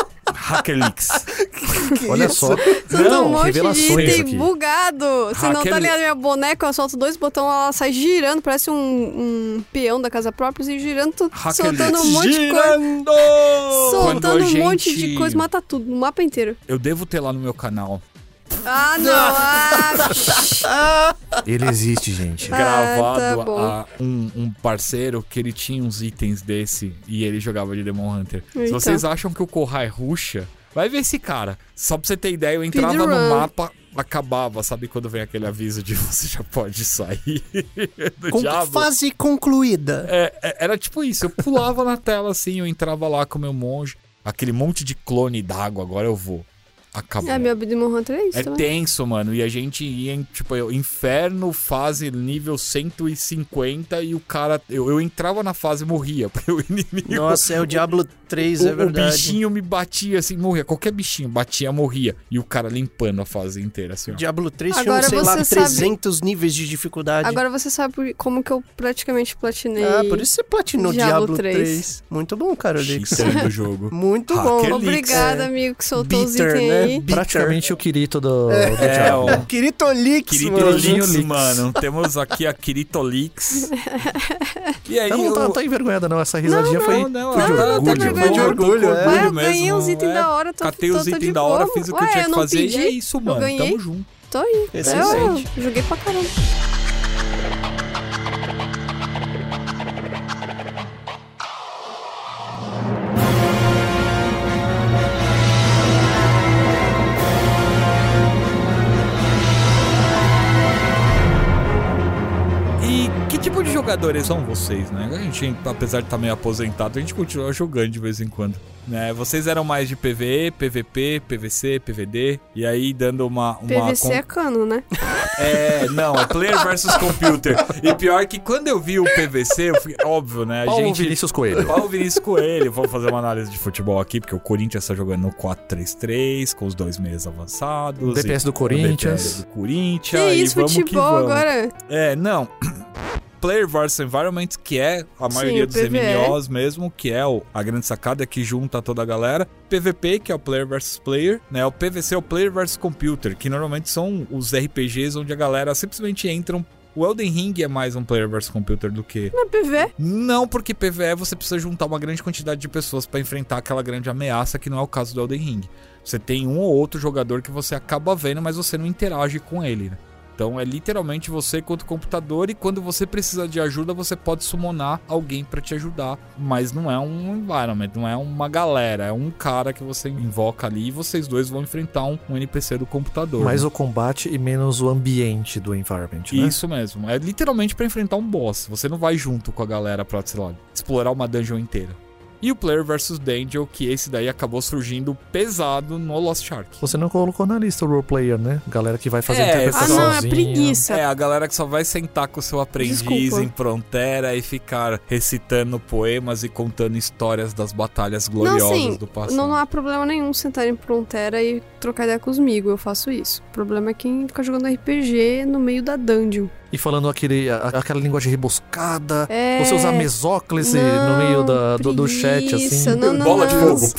Hackerlix. Olha só. Solta um monte de revelações item aqui. bugado. Você não tá ligado? Minha boneca, eu solto 2 botões, ela sai girando, parece um peão da casa própria, assim, girando, soltando um monte de coisa. Soltando um monte de coisa, mata tudo, no mapa inteiro. Eu devo ter lá no meu canal. Ah, não! Ele existe, gente. Gravado tá bom. a um parceiro que ele tinha uns itens desse e ele jogava de Demon Hunter. Se Eita. vocês acham que o Kohai ruxa, vai ver esse cara. Só pra você ter ideia, eu entrava Speedrun. no mapa, acabava, sabe quando vem aquele aviso de você já pode sair do diabo? Fase concluída. Era tipo isso, eu pulava na tela assim, eu entrava lá com o meu monge, aquele monte de clone d'água, agora eu vou. Acabou. Meu Demon Hunter é isso É também. tenso, mano. E a gente ia em, tipo, inferno, fase nível 150 e o cara... Eu entrava na fase e morria. O inimigo... Nossa, é o Diablo 3, é O verdade. bichinho me batia assim, morria. Qualquer bichinho batia, morria. E o cara limpando a fase inteira, assim, ó. Diablo 3 Agora tinha, sei lá, você sabe- 300 níveis de dificuldade. Agora você sabe como que eu praticamente platinei. Por isso você platinou Diablo Diablo 3. 3. Muito bom, Carolix. Cheatando o jogo. Muito Hacker bom. Leaks. Obrigada, amigo, que soltou os Bitter, itens né? aí. Bitter. Praticamente o Kirito do É, Diablo. ó. Kiritolix, Kiritolix, mano. mano. Temos aqui a Kiritolix. E aí... Eu não eu- tô envergonhada, não. Essa risadinha foi de não, orgulho. tá Foi de orgulho, é. Ué, eu ganhei uns itens da hora, tô Catei os tô de itens da boa. hora, fiz o que eu Ué, tinha que não fazer pedi, e é isso, mano. ganhei. Tamo junto. Tô aí. Excelente. Eu joguei pra caramba. E que tipo de jogadores são vocês, né? A gente, apesar de estar meio aposentado, a gente continua jogando de vez em quando, né? Vocês eram mais de PvE, PvP, PvC, PvD, e aí dando uma PVC é cano, né? não, é Player versus Computer. E pior que quando eu vi o PvC, eu fui, óbvio, né? A Paulo gente... Vinícius Coelho. Paulo Vinícius Coelho. Vamos fazer uma análise de futebol aqui, porque o Corinthians tá jogando no 4-3-3, com os 2 meias avançados. DPS do o Corinthians. DPS do Corinthians. Que isso, e vamos futebol que vamos. agora? Não. Player vs Environment, que é a maioria o dos PvE. MMOs mesmo, que é a grande sacada que junta toda a galera. PVP, que é o Player vs Player, né? O PVC é o Player vs Computer, que normalmente são os RPGs onde a galera simplesmente entram. O Elden Ring é mais um Player vs Computer do que... Não é PV? Não, porque PvE você precisa juntar uma grande quantidade de pessoas pra enfrentar aquela grande ameaça, que não é o caso do Elden Ring. Você tem um ou outro jogador que você acaba vendo, mas você não interage com ele, né? Então é literalmente você contra o computador, e quando você precisa de ajuda, você pode summonar alguém pra te ajudar. Mas não é um environment, não é uma galera, é um cara que você invoca ali e vocês dois vão enfrentar um NPC do computador. Mais né? o combate e menos o ambiente do environment, né? Isso mesmo, é literalmente pra enfrentar um boss. Você não vai junto com a galera pra, sei lá, explorar uma dungeon inteira. E o Player vs Dungeon, que esse daí acabou surgindo pesado no Lost Ark. Você não colocou na lista o role player, né? Galera que vai fazer É, Ah, interpretação não, é preguiça. É, a galera que só vai sentar com o seu aprendiz Desculpa. em Frontera e ficar recitando poemas e contando histórias das batalhas gloriosas Não, sim, do passado. não há problema nenhum sentar em Frontera e trocar ideia comigo, eu faço isso. O problema é quem fica jogando RPG no meio da dungeon. E falando aquela linguagem rebuscada, É... você usar mesóclise no meio do chat, assim. preguiça, não, Bola de não. fogo.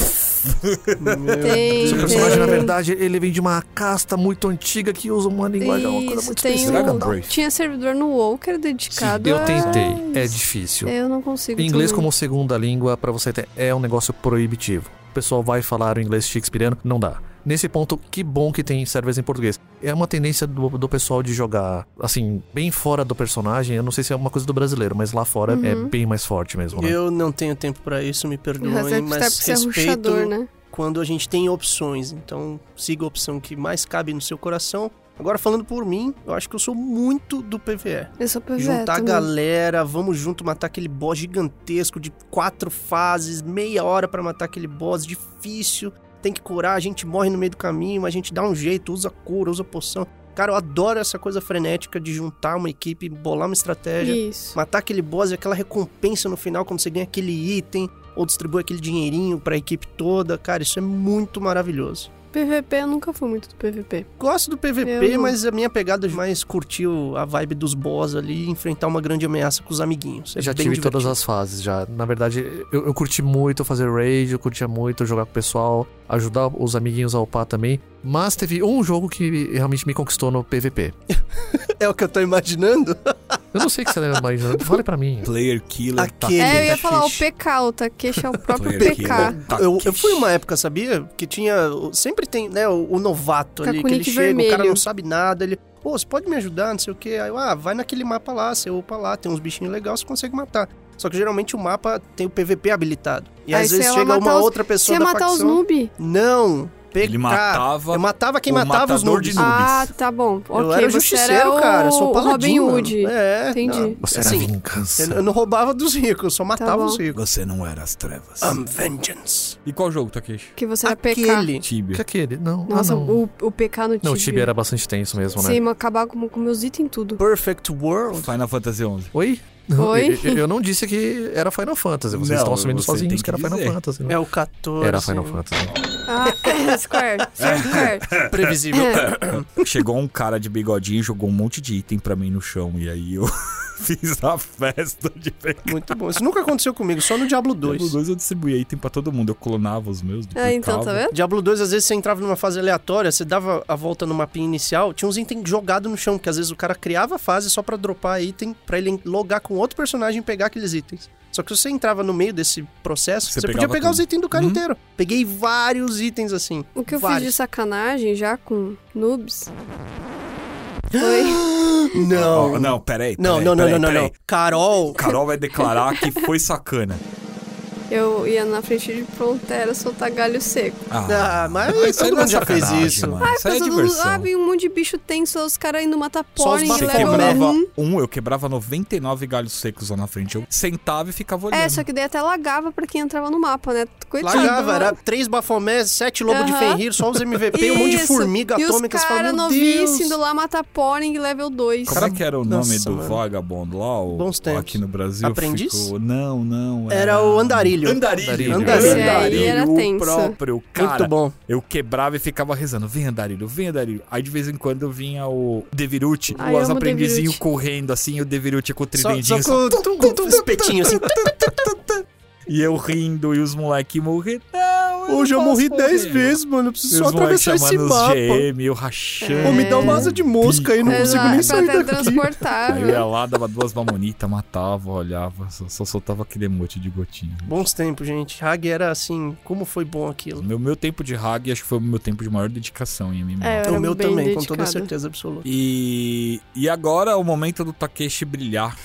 Tem, Seu personagem, tem. na verdade, ele vem de uma casta muito antiga que usa uma linguagem, uma coisa Isso, muito tem específica. Dragon um, Breath. tinha servidor no WoW que era dedicado Eu a... tentei, é difícil. Eu não consigo Inglês também. como segunda língua, pra você ter, é um negócio proibitivo. O pessoal vai falar o inglês shakespeariano, não dá. Nesse ponto, que bom que tem servers em português. É uma tendência do pessoal de jogar, assim, bem fora do personagem. Eu não sei se é uma coisa do brasileiro, mas lá fora é bem mais forte mesmo, né? Eu não tenho tempo pra isso, me perdoem, mas Você é respeito ruxador, né? quando a gente tem opções. Então, siga a opção que mais cabe no seu coração. Agora, falando por mim, eu acho que eu sou muito do PvE. Eu sou PvE Juntar a também. galera, vamos junto matar aquele boss gigantesco de 4 fases, meia hora pra matar aquele boss difícil. Tem que curar, a gente morre no meio do caminho, mas a gente dá um jeito, usa cura, usa poção. Cara, eu adoro essa coisa frenética de juntar uma equipe, bolar uma estratégia, Isso. matar aquele boss e aquela recompensa no final quando você ganha aquele item ou distribui aquele dinheirinho pra equipe toda. Cara, isso é muito maravilhoso. PVP, eu nunca fui muito do PVP. Gosto do PVP, Eu não. mas a minha pegada mais curtiu a vibe dos boss ali e enfrentar uma grande ameaça com os amiguinhos. É Já bem tive divertido. todas as fases, já. Na verdade, eu curti muito fazer raid, eu curtia muito jogar com o pessoal, ajudar os amiguinhos a upar também. Mas teve um jogo que realmente me conquistou no PVP. É o que eu tô imaginando? Eu não sei o que você lembra mais, fale pra mim. Player Killer. Aquele. Eu ia Takeshi. falar o PK, o Takeshi é o próprio Player PK. Killer. Eu fui uma época, sabia? Que tinha... Sempre tem, né, o novato Fica ali, com que o ele nick chega, o cara vermelho. não sabe nada, ele... Pô, você pode me ajudar, não sei o quê. Aí, vai naquele mapa lá, você upa lá, tem uns bichinhos legais, você consegue matar. Só que geralmente o mapa tem o PVP habilitado. E Aí às vezes você ia chega matar uma os- outra Você pessoa ia da matar os facção... noob? Não, PK. Ele matava Eu matava quem o matava os matador noobs. de noobs. Ah, tá bom. Eu Ok, era você justiceiro, era cara. Eu sou o paladino. Robin Hood. É. Entendi. não, Você era assim, vingança. eu não roubava dos ricos, eu só matava bom. os ricos. Você não era as trevas. Vengeance. E qual jogo, Takeshi? Que você era PK. Aquele. Que Tibia. aquele? Não, Nossa, não. o PK no Tibia. Não, o Tibia era bastante tenso mesmo, né? Sim, acabar com meus itens tudo. Perfect World. Final Fantasy XI. Oi? Não, Oi? eu não disse que era Final Fantasy. Vocês Não, estão assumindo você sozinhos tem que era que Final dizer. Fantasy. Né? É o 14. Era Final Fantasy. Ah, Square. Square. Previsível. Chegou um cara de bigodinho e jogou um monte de item pra mim no chão. E aí eu fiz a festa de PK. Muito bom. Isso nunca aconteceu comigo, só no Diablo 2. Diablo 2 eu distribuía item pra todo mundo. Eu clonava os meus, Ah, então, tá vendo? Diablo 2, às vezes você entrava numa fase aleatória, você dava a volta no mapinha inicial, tinha uns itens jogados no chão, porque às vezes o cara criava a fase só pra dropar item, pra ele logar com outro personagem e pegar aqueles itens. Só que se você entrava no meio desse processo, Você você podia pegava pegar os tudo. itens do cara inteiro. Peguei vários itens assim. O que eu Vários. fiz de sacanagem já com noobs foi... Não. Oh, não, peraí. Não. Carol. Carol vai declarar que foi sacana. Eu ia na frente de fronteira soltar galho seco. Ah, mas isso aí todo não é mundo já fez sacanagem, isso. mano. Isso aí é Todo mundo, diversão. vem um monte de bicho tenso, os caras indo matar Só os porn, Você bafomé. level quebrava 1. eu quebrava 99 galhos secos lá na frente. Eu sentava e ficava olhando. É, só que daí até lagava pra quem entrava no mapa, né? Coitado. Lagava, era 3 bafomés, 7 lobos de Aham. Fenrir, só os MVP, um monte de Isso. formiga E atômica. os Você fala, caras meu Deus. novice indo lá matar porn level 2. Como é que era o nome Nossa, do mano. vagabundo lá? Bons tempos. Aqui no Brasil. Aprendiz? Ficou... Não. Era o Andarilho. Andarilho. Esse aí era tenso. O próprio. Cara, Muito bom. eu quebrava e ficava rezando. Vem, Andarilho, vem, Andarilho. Aí de vez em quando vinha o Deviruti, Ai, eu os amo aprendizinhos Deviruti. correndo assim, o Deviruti com o Só tridentinho. com o espetinho assim. E eu rindo e os moleques morrendo. Não, Hoje eu não morri posso 10 morrer. vezes, mano. Eu E preciso os só moleques atravessar esse chamando os mapa. GM, eu rachando. Pô, me dá uma asa de mosca aí, não consigo nem Pra sair até daqui. transportar. Aí eu ia lá, dava duas mamonitas, matava, olhava, só soltava aquele emote de gotinha. Bons tempos, gente. Hag era assim, como foi bom aquilo. Meu tempo de Hag acho que foi o meu tempo de maior dedicação em MMO. É, eu O era meu bem também, com toda dedicada. certeza absoluta. E agora o momento do Takeshi brilhar.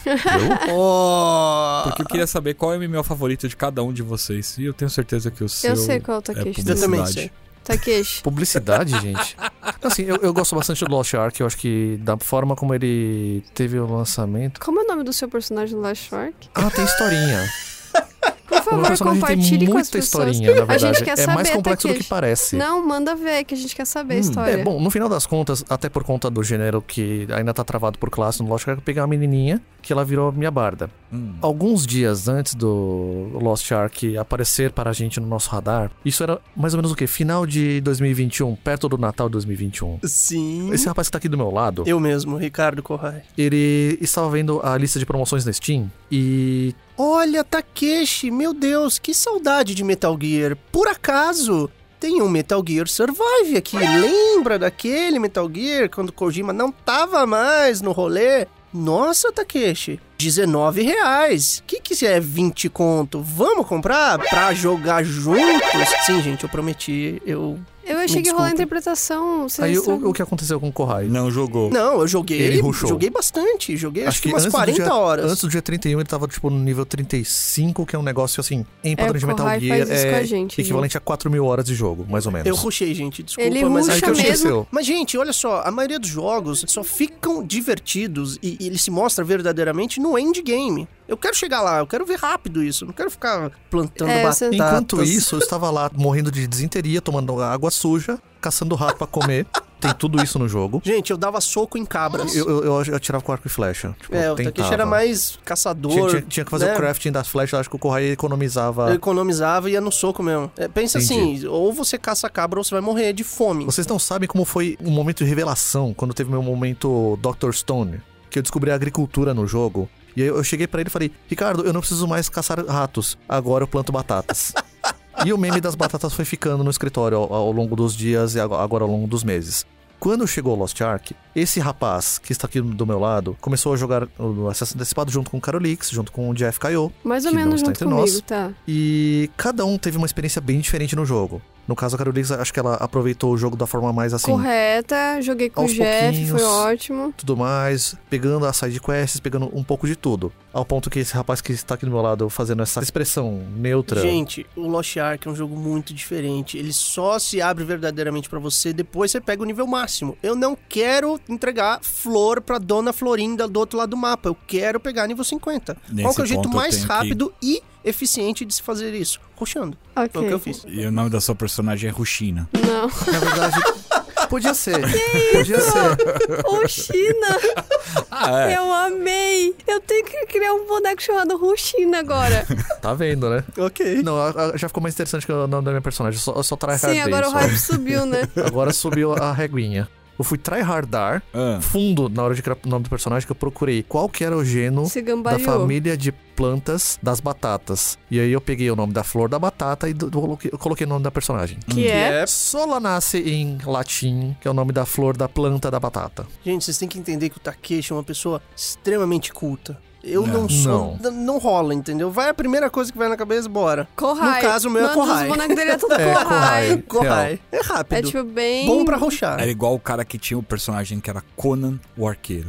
Oh! Porque eu queria saber qual é o MMO favorito de cada um de vocês. E eu tenho certeza que o seu Eu sei qual é o é Takeshi. Eu também publicidade. sei. Takeshi. Publicidade, gente. Assim, eu gosto bastante do Lost Ark. Eu acho que da forma como ele teve o lançamento. Como é o nome do seu personagem no Last Shark? Ah, tem historinha. Por O favor, personagem tem compartilhe com as muita pessoas. historinha, na A verdade. gente quer É mais saber, complexo do Takeshi. que parece. Não, manda ver, que a gente quer saber a história. É, bom, no final das contas, até por conta do gênero que ainda tá travado por classe no Lost Ark, eu peguei uma menininha que ela virou minha barda. Alguns dias antes do Lost Ark aparecer para a gente no nosso radar, isso era mais ou menos o quê? Final de 2021, perto do Natal de 2021. Sim. Esse rapaz que tá aqui do meu lado, Eu mesmo, Ricardo Corrai. ele estava vendo a lista de promoções na Steam e... Olha, Takeshi, meu Deus, que saudade de Metal Gear. Por acaso, tem um Metal Gear Survive aqui. Lembra daquele Metal Gear quando o Kojima não tava mais no rolê? Nossa, Takeshi, R$19. Que é 20 conto? Vamos comprar pra jogar juntos? Sim, gente, eu prometi, Eu achei Me que ia rolar a desculpa. interpretação. Vocês Aí sabem. o que aconteceu com o Kohai? Não jogou. Não, eu joguei. Ele rushou. Joguei bastante. Joguei acho que umas antes do 40 dia, horas. Antes do dia 31 ele tava tipo no nível 35, que é um negócio assim, em padrão de o Metal Kohai Gear, faz isso com a é gente, equivalente a 4.000 horas de jogo, mais ou menos. Eu rushei, gente. Desculpa, Ele mas rusha Aí o que mesmo. aconteceu? Mas, gente, olha só, a maioria dos jogos só ficam divertidos e ele se mostra verdadeiramente no endgame. Eu quero chegar lá, eu quero ver rápido isso. Não quero ficar plantando batatas. Enquanto isso, eu estava lá morrendo de desinteria, tomando água suja, caçando rato pra comer. Tem tudo isso no jogo. Gente, eu dava soco em cabras. Eu atirava com arco e flecha. Tipo, o Takeshi era mais caçador. Tinha que fazer o crafting das flechas, acho que o Corraia economizava. Eu economizava e ia no soco mesmo. Pensa assim, ou você caça cabra ou você vai morrer de fome. Vocês não sabem como foi um momento de revelação, quando teve meu momento Dr. Stone, que eu descobri a agricultura no jogo. E aí eu cheguei pra ele e falei, Ricardo, eu não preciso mais caçar ratos, agora eu planto batatas. E o meme das batatas foi ficando no escritório ao longo dos dias e agora ao longo dos meses. Quando chegou o Lost Ark, esse rapaz que está aqui do meu lado começou a jogar o Acesso Antecipado junto com o Carolix, junto com o Jeff Caio. Mais ou menos junto comigo, tá? E cada um teve uma experiência bem diferente no jogo. No caso, a Carolix, acho que ela aproveitou o jogo da forma mais assim... correta, joguei com o Jeff, foi ótimo. Tudo mais, pegando as side quests, pegando um pouco de tudo. Ao ponto que esse rapaz que está aqui do meu lado fazendo essa expressão neutra... Gente, o Lost Ark é um jogo muito diferente. Ele só se abre verdadeiramente pra você, depois você pega o nível máximo. Eu não quero entregar flor pra Dona Florinda do outro lado do mapa. Eu quero pegar nível 50. Qual que é o jeito mais rápido e eficiente de se fazer isso? Rushando. Okay. Foi o que eu fiz. E o nome da sua personagem é Rushina. Não. Na verdade, podia ser. Podia ser. Rushina. Eu amei. Eu tenho que criar um boneco chamado Rushina agora. Tá vendo, né? Ok. Não, já ficou mais interessante que o nome da minha personagem. Eu só tryhardei. Sim, agora o hype subiu, né? Agora subiu a reguinha. Eu fui tryhardar fundo na hora de criar o nome do personagem, que eu procurei qual que era o geno da família de plantas das batatas. E aí eu peguei o nome da flor da batata e eu coloquei o nome da personagem. Que é? Solanaceae em latim, que é o nome da flor da planta da batata. Gente, vocês têm que entender que o Takeshi é uma pessoa extremamente culta. Eu não sou... Não rola, entendeu? Vai a primeira coisa que vai na cabeça, bora. Kohai. No caso, o meu é Kohai. Os bonecos dele é tudo Kohai. Kohai. É rápido. É tipo bem... bom pra rushar. Era igual o cara que tinha o personagem que era Conan, o arqueiro.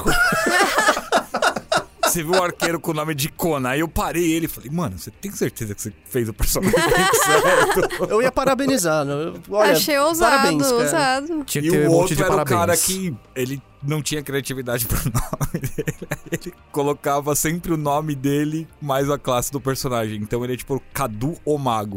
Você viu o arqueiro com o nome de Conan, aí eu parei ele e falei, mano, você tem certeza que você fez o personagem certo? Eu ia parabenizar, né? Olha, achei ousado, parabéns, cara. ousado. Tinha que E ter o um monte outro de era parabéns. o cara que ele não tinha criatividade pro nome dele. Ele colocava sempre o nome dele mais a classe do personagem. Então ele é tipo Cadu o Mago.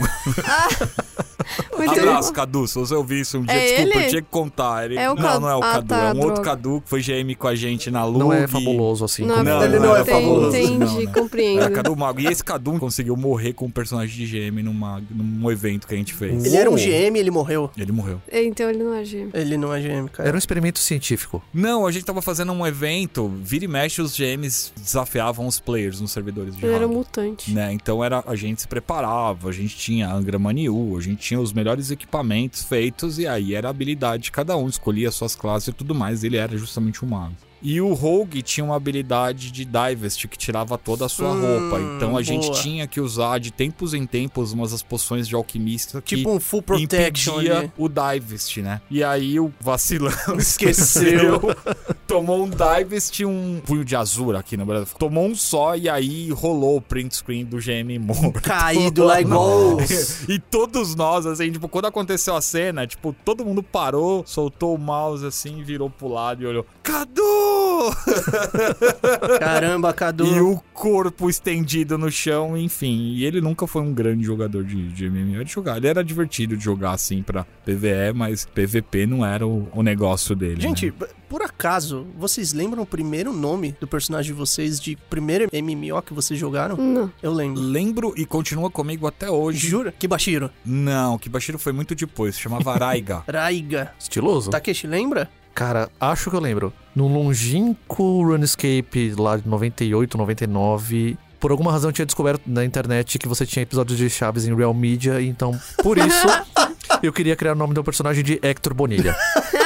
Abraço, Cadu. Se você ouvir isso um dia, desculpa, eu tinha que contar. Ele... não é o Cadu. Tá, é um outro Cadu que foi GM com a gente na Lua. Não é fabuloso assim. Ele não é fabuloso. Entendi, compreendo. Era Cadu Mago. E esse Cadu conseguiu morrer com um personagem de GM num evento que a gente fez. Ele era um GM e ele morreu. Ele morreu. Então ele não é GM. Ele não é GM, cara. Era um experimento científico. Não, a gente tava fazendo um evento, vira e mexe os GMs desafiavam os players nos servidores de Ele era rádio, mutante. né? Então a gente se preparava, a gente tinha Angra Maniu, a gente tinha os melhores equipamentos feitos e aí era a habilidade de cada um, escolhia suas classes e tudo mais, ele era justamente um mago. E o Rogue tinha uma habilidade de Divest que tirava toda a sua roupa. Então a gente tinha que usar de tempos em tempos umas das poções de alquimista que tipo um full protection impedia ali. o Divest, né? E aí o vacilão Esqueceu. Tomou um Divest e um punho de azul aqui no Brasil. Tomou um só e aí rolou o print screen do GM morto. Caído lá igual. E todos nós, assim, tipo, quando aconteceu a cena, tipo, todo mundo parou, soltou o mouse assim, virou pro lado e olhou: Cadu! Caramba, Cadu. E o corpo estendido no chão, enfim. E ele nunca foi um grande jogador de MMO de jogar. Ele era divertido de jogar assim pra PvE, mas PvP não era o negócio dele. Gente, né? por acaso, vocês lembram o primeiro nome do personagem de vocês de primeiro MMO que vocês jogaram? Não. Eu lembro. Lembro e continua comigo até hoje. Jura? Kibashiro? Não, Kibashiro foi muito depois. Se chamava Raiga. Raiga. Estiloso. Takeshi, lembra? Cara, acho que eu lembro. No longínquo RuneScape lá de 98, 99... Por alguma razão eu tinha descoberto na internet que você tinha episódios de Chaves em Real Media, então por isso eu queria criar o nome do personagem de Hector Bonilha.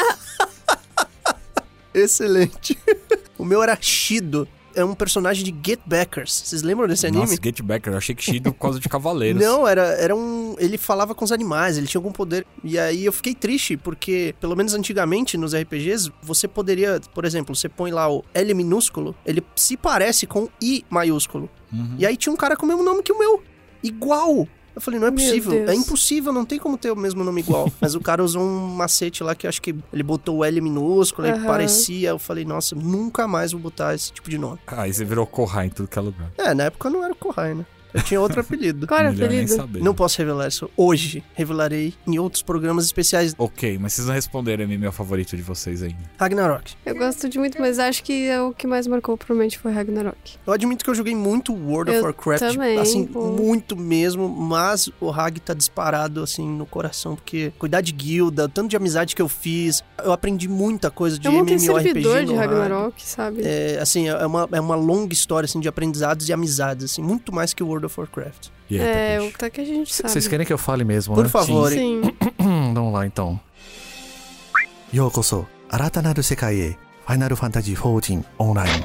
Excelente. O meu era Shido. É um personagem de Get Backers. Vocês lembram desse anime? Nossa, Get Backer. Eu achei que Shido por causa de cavaleiros. Não, era um... Ele falava com os animais, ele tinha algum poder. E aí eu fiquei triste, porque, pelo menos antigamente, nos RPGs, você poderia... Por exemplo, você põe lá o L minúsculo, ele se parece com I maiúsculo. Uhum. E aí tinha um cara com o mesmo nome que o meu. Igual. Eu falei, não é Meu possível, Deus. é impossível, não tem como ter o mesmo nome igual. Mas o cara usou um macete lá que eu acho que ele botou o L minúsculo, aí parecia, eu falei, nossa, nunca mais vou botar esse tipo de nome. Aí você virou Kohai em tudo que é lugar. Na época eu não era o Kohai, né? Eu tinha outro apelido. Qual era o Melhor nem apelido? saber. Não posso revelar isso hoje. Revelarei em outros programas especiais. Ok, mas vocês não responderam meu favorito de vocês ainda. Ragnarok. Eu gosto de muito, mas acho que o que mais marcou provavelmente foi Ragnarok. Eu admito que eu joguei muito World of Eu Warcraft, também, assim, pô. muito mesmo, mas o Rag tá disparado, assim, no coração, porque cuidar de guilda, o tanto de amizade que eu fiz, eu aprendi muita coisa de Eu montei MMORPG servidor de no Rag. Ragnarok, sabe? Assim, é uma longa história, assim, de aprendizados e amizades, assim, muito mais que o World of Warcraft. E aí, É, Takeshi? o tá que a gente sabe. Vocês querem que eu fale mesmo, Por né? favor, hein? Sim. Vamos lá, então. Yokoso, aratanaru sekai e Final Fantasy XIV Online.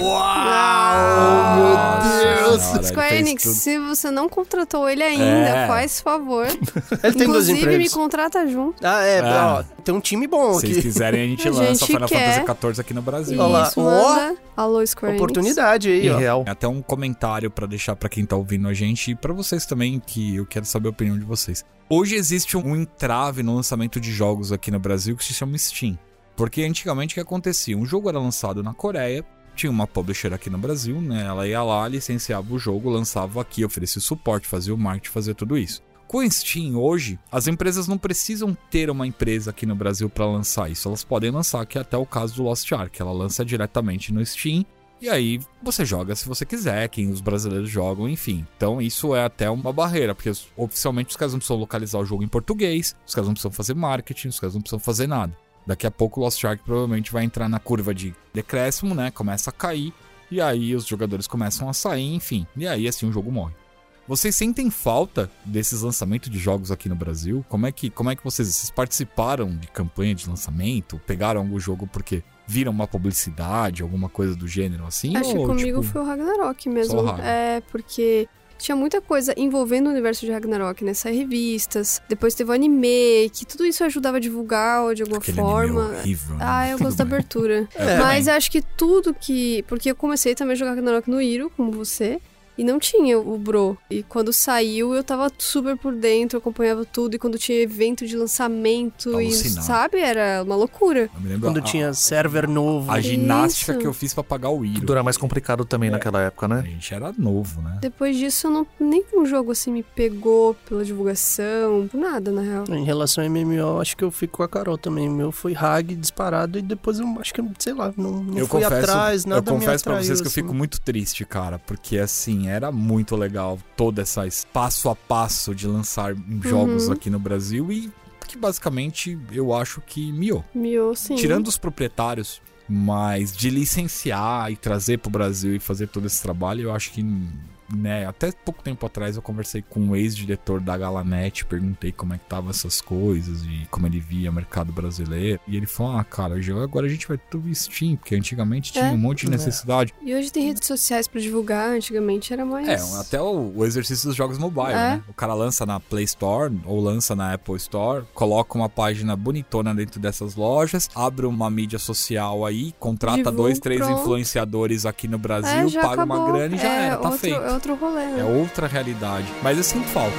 Uau, meu Deus! Senhora, ele Square fez Enix, tudo. se você não contratou ele ainda, É. faz favor. Ele tem 2 Inclusive, me empregos. contrata junto. Ó, tem um time bom Se vocês aqui. quiserem, a gente A lança gente Final quer. Fantasy XIV aqui no Brasil. Olha lá. Isso, manda. Alô, Square Enix. Oportunidade aí, Em ó. real. Até um comentário pra deixar pra quem tá ouvindo a gente e pra vocês também, que eu quero saber a opinião de vocês. Hoje existe um entrave no lançamento de jogos aqui no Brasil que se chama Steam. Porque antigamente o que acontecia? Um jogo era lançado na Coreia, tinha uma publisher aqui no Brasil, né? Ela ia lá, licenciava o jogo, lançava aqui, oferecia suporte, fazia o marketing, fazia tudo isso. Com o Steam hoje, as empresas não precisam ter uma empresa aqui no Brasil para lançar isso. Elas podem lançar, que é até o caso do Lost Ark. Ela lança diretamente no Steam e aí você joga se você quiser, quem os brasileiros jogam, enfim. Então isso é até uma barreira, porque oficialmente os caras não precisam localizar o jogo em português, os caras não precisam fazer marketing, os caras não precisam fazer nada. Daqui a pouco o Lost Ark provavelmente vai entrar na curva de decréscimo, né? Começa a cair, e aí os jogadores começam a sair, enfim. E aí assim o jogo morre. Vocês sentem falta desses lançamentos de jogos aqui no Brasil? Como é que vocês participaram de campanha de lançamento? Pegaram algum jogo porque viram uma publicidade, alguma coisa do gênero assim? Acho que ou, comigo tipo, foi o Ragnarok mesmo. só o Ragnar. É, porque tinha muita coisa envolvendo o universo de Ragnarok, né? Sair revistas, depois teve o anime, que tudo isso ajudava a divulgar de alguma aquele forma. anime horrível, né? Ah, eu gosto da abertura. É, Mas também. acho que tudo que... Porque eu comecei também a jogar Ragnarok no Hiro, como você. E não tinha o Bro. E quando saiu, eu tava super por dentro, acompanhava tudo. E quando tinha evento de lançamento, e Alucinado. sabe? Era uma loucura. Eu me lembro Quando a- tinha server novo. a ginástica Isso. que eu fiz pra pagar o Iro. Tudo era mais complicado também naquela época, A né? gente era novo, né? Depois disso, nenhum jogo assim me pegou pela divulgação, por nada, na real. Em relação a MMO, acho que eu fico com a Carol também. O meu foi Rag disparado e depois eu acho que, sei lá, não Eu fui confesso, atrás, nada eu me confesso pra atraiu, vocês que eu assim. fico muito triste, cara, porque assim, era muito legal toda essa passo a passo de lançar jogos aqui no Brasil e que basicamente eu acho que miou. Miou, sim. Tirando os proprietários, mas de licenciar e trazer pro Brasil e fazer todo esse trabalho, eu acho que, né, até pouco tempo atrás eu conversei com um ex-diretor da Galanet, perguntei como é que tava essas coisas e como ele via o mercado brasileiro, e ele falou, cara, agora a gente vai tudo Steam, porque antigamente tinha um monte de necessidade. E hoje tem redes sociais pra divulgar, antigamente era mais... Até o exercício dos jogos mobile, né? O cara lança na Play Store ou lança na Apple Store, coloca uma página bonitona dentro dessas lojas, abre uma mídia social aí, contrata Divulga, 2, 3 pronto. influenciadores aqui no Brasil, já paga acabou. uma grana e já era, tá outro, feito. É outro rolê, né? É outra realidade. Mas eu sinto falta.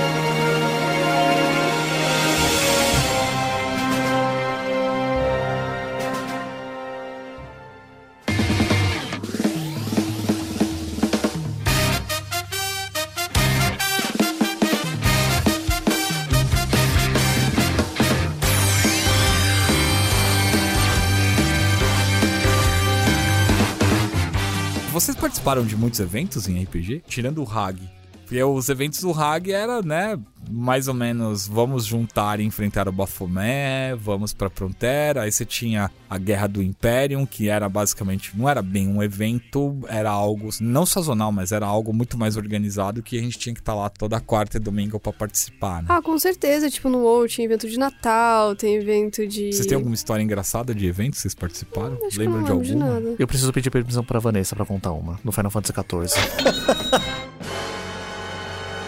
Vocês participaram de muitos eventos em RPG? Tirando o RAG. Porque os eventos do RAG era, né, mais ou menos, vamos juntar e enfrentar o Baphomet, vamos pra Frontera, aí você tinha a Guerra do Imperium, que era basicamente, não era bem um evento, era algo, não sazonal, mas era algo muito mais organizado, que a gente tinha que estar lá toda quarta e domingo pra participar, né? Ah, com certeza. Tipo, no WoW tem evento de Natal, tem evento de... Vocês têm alguma história engraçada de eventos que vocês participaram? Acho que eu Lembram não de lembro de alguma? nada. Eu preciso pedir permissão pra Vanessa pra contar uma, no Final Fantasy XIV.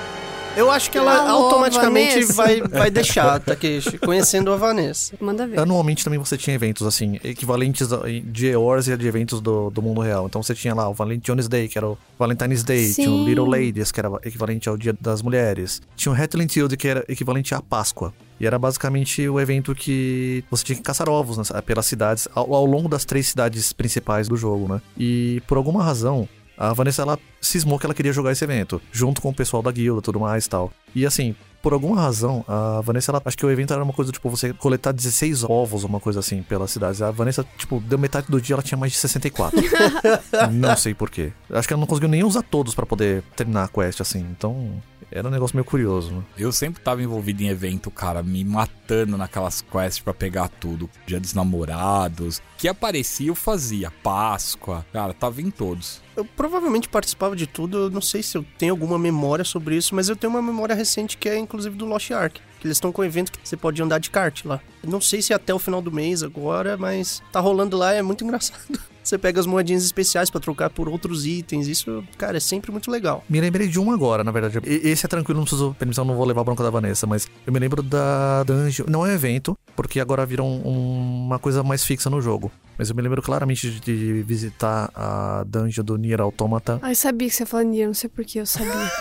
Eu acho que ela Alô, automaticamente Vanessa? vai deixar, Takeshi, conhecendo a Vanessa. Manda ver. Anualmente também você tinha eventos, assim, equivalentes de EORs e de eventos do mundo real. Então você tinha lá o Valentine's Day, que era o Valentine's Day. Sim. Tinha o Little Ladies, que era equivalente ao Dia das Mulheres. Tinha o Hatling Tilde, que era equivalente à Páscoa. E era basicamente o evento que você tinha que caçar ovos, né, pelas cidades, ao longo das 3 cidades principais do jogo, né? E por alguma razão, a Vanessa, ela cismou que ela queria jogar esse evento, junto com o pessoal da guilda e tudo mais e tal. E assim, por alguma razão, a Vanessa, ela, acho que o evento era uma coisa, tipo, você coletar 16 ovos, uma coisa assim, pelas cidades. A Vanessa, tipo, deu metade do dia, ela tinha mais de 64. Não sei porquê. Acho que ela não conseguiu nem usar todos pra poder terminar a quest, assim. Então, era um negócio meio curioso, né? Eu sempre tava envolvido em evento, cara, me matando naquelas quests pra pegar tudo. Dia dos Namorados, que aparecia eu fazia. Páscoa, cara, tava em todos. Eu provavelmente participava de tudo, eu não sei se eu tenho alguma memória sobre isso, mas eu tenho uma memória recente que é inclusive do Lost Ark, que eles estão com um evento que você pode andar de kart lá. Eu não sei se é até o final do mês agora, mas tá rolando lá, é muito engraçado. Você pega as moedinhas especiais pra trocar por outros itens, isso, cara, é sempre muito legal. Me lembrei de um agora, na verdade. Esse é tranquilo, não preciso permissão, não vou levar a bronca da Vanessa, mas eu me lembro da Dungeon. Não é um evento, porque agora virou uma coisa mais fixa no jogo. Mas eu me lembro claramente de visitar a Dungeon do Nier Automata. Ai, sabia que você ia falar Nier, não sei porquê, eu sabia.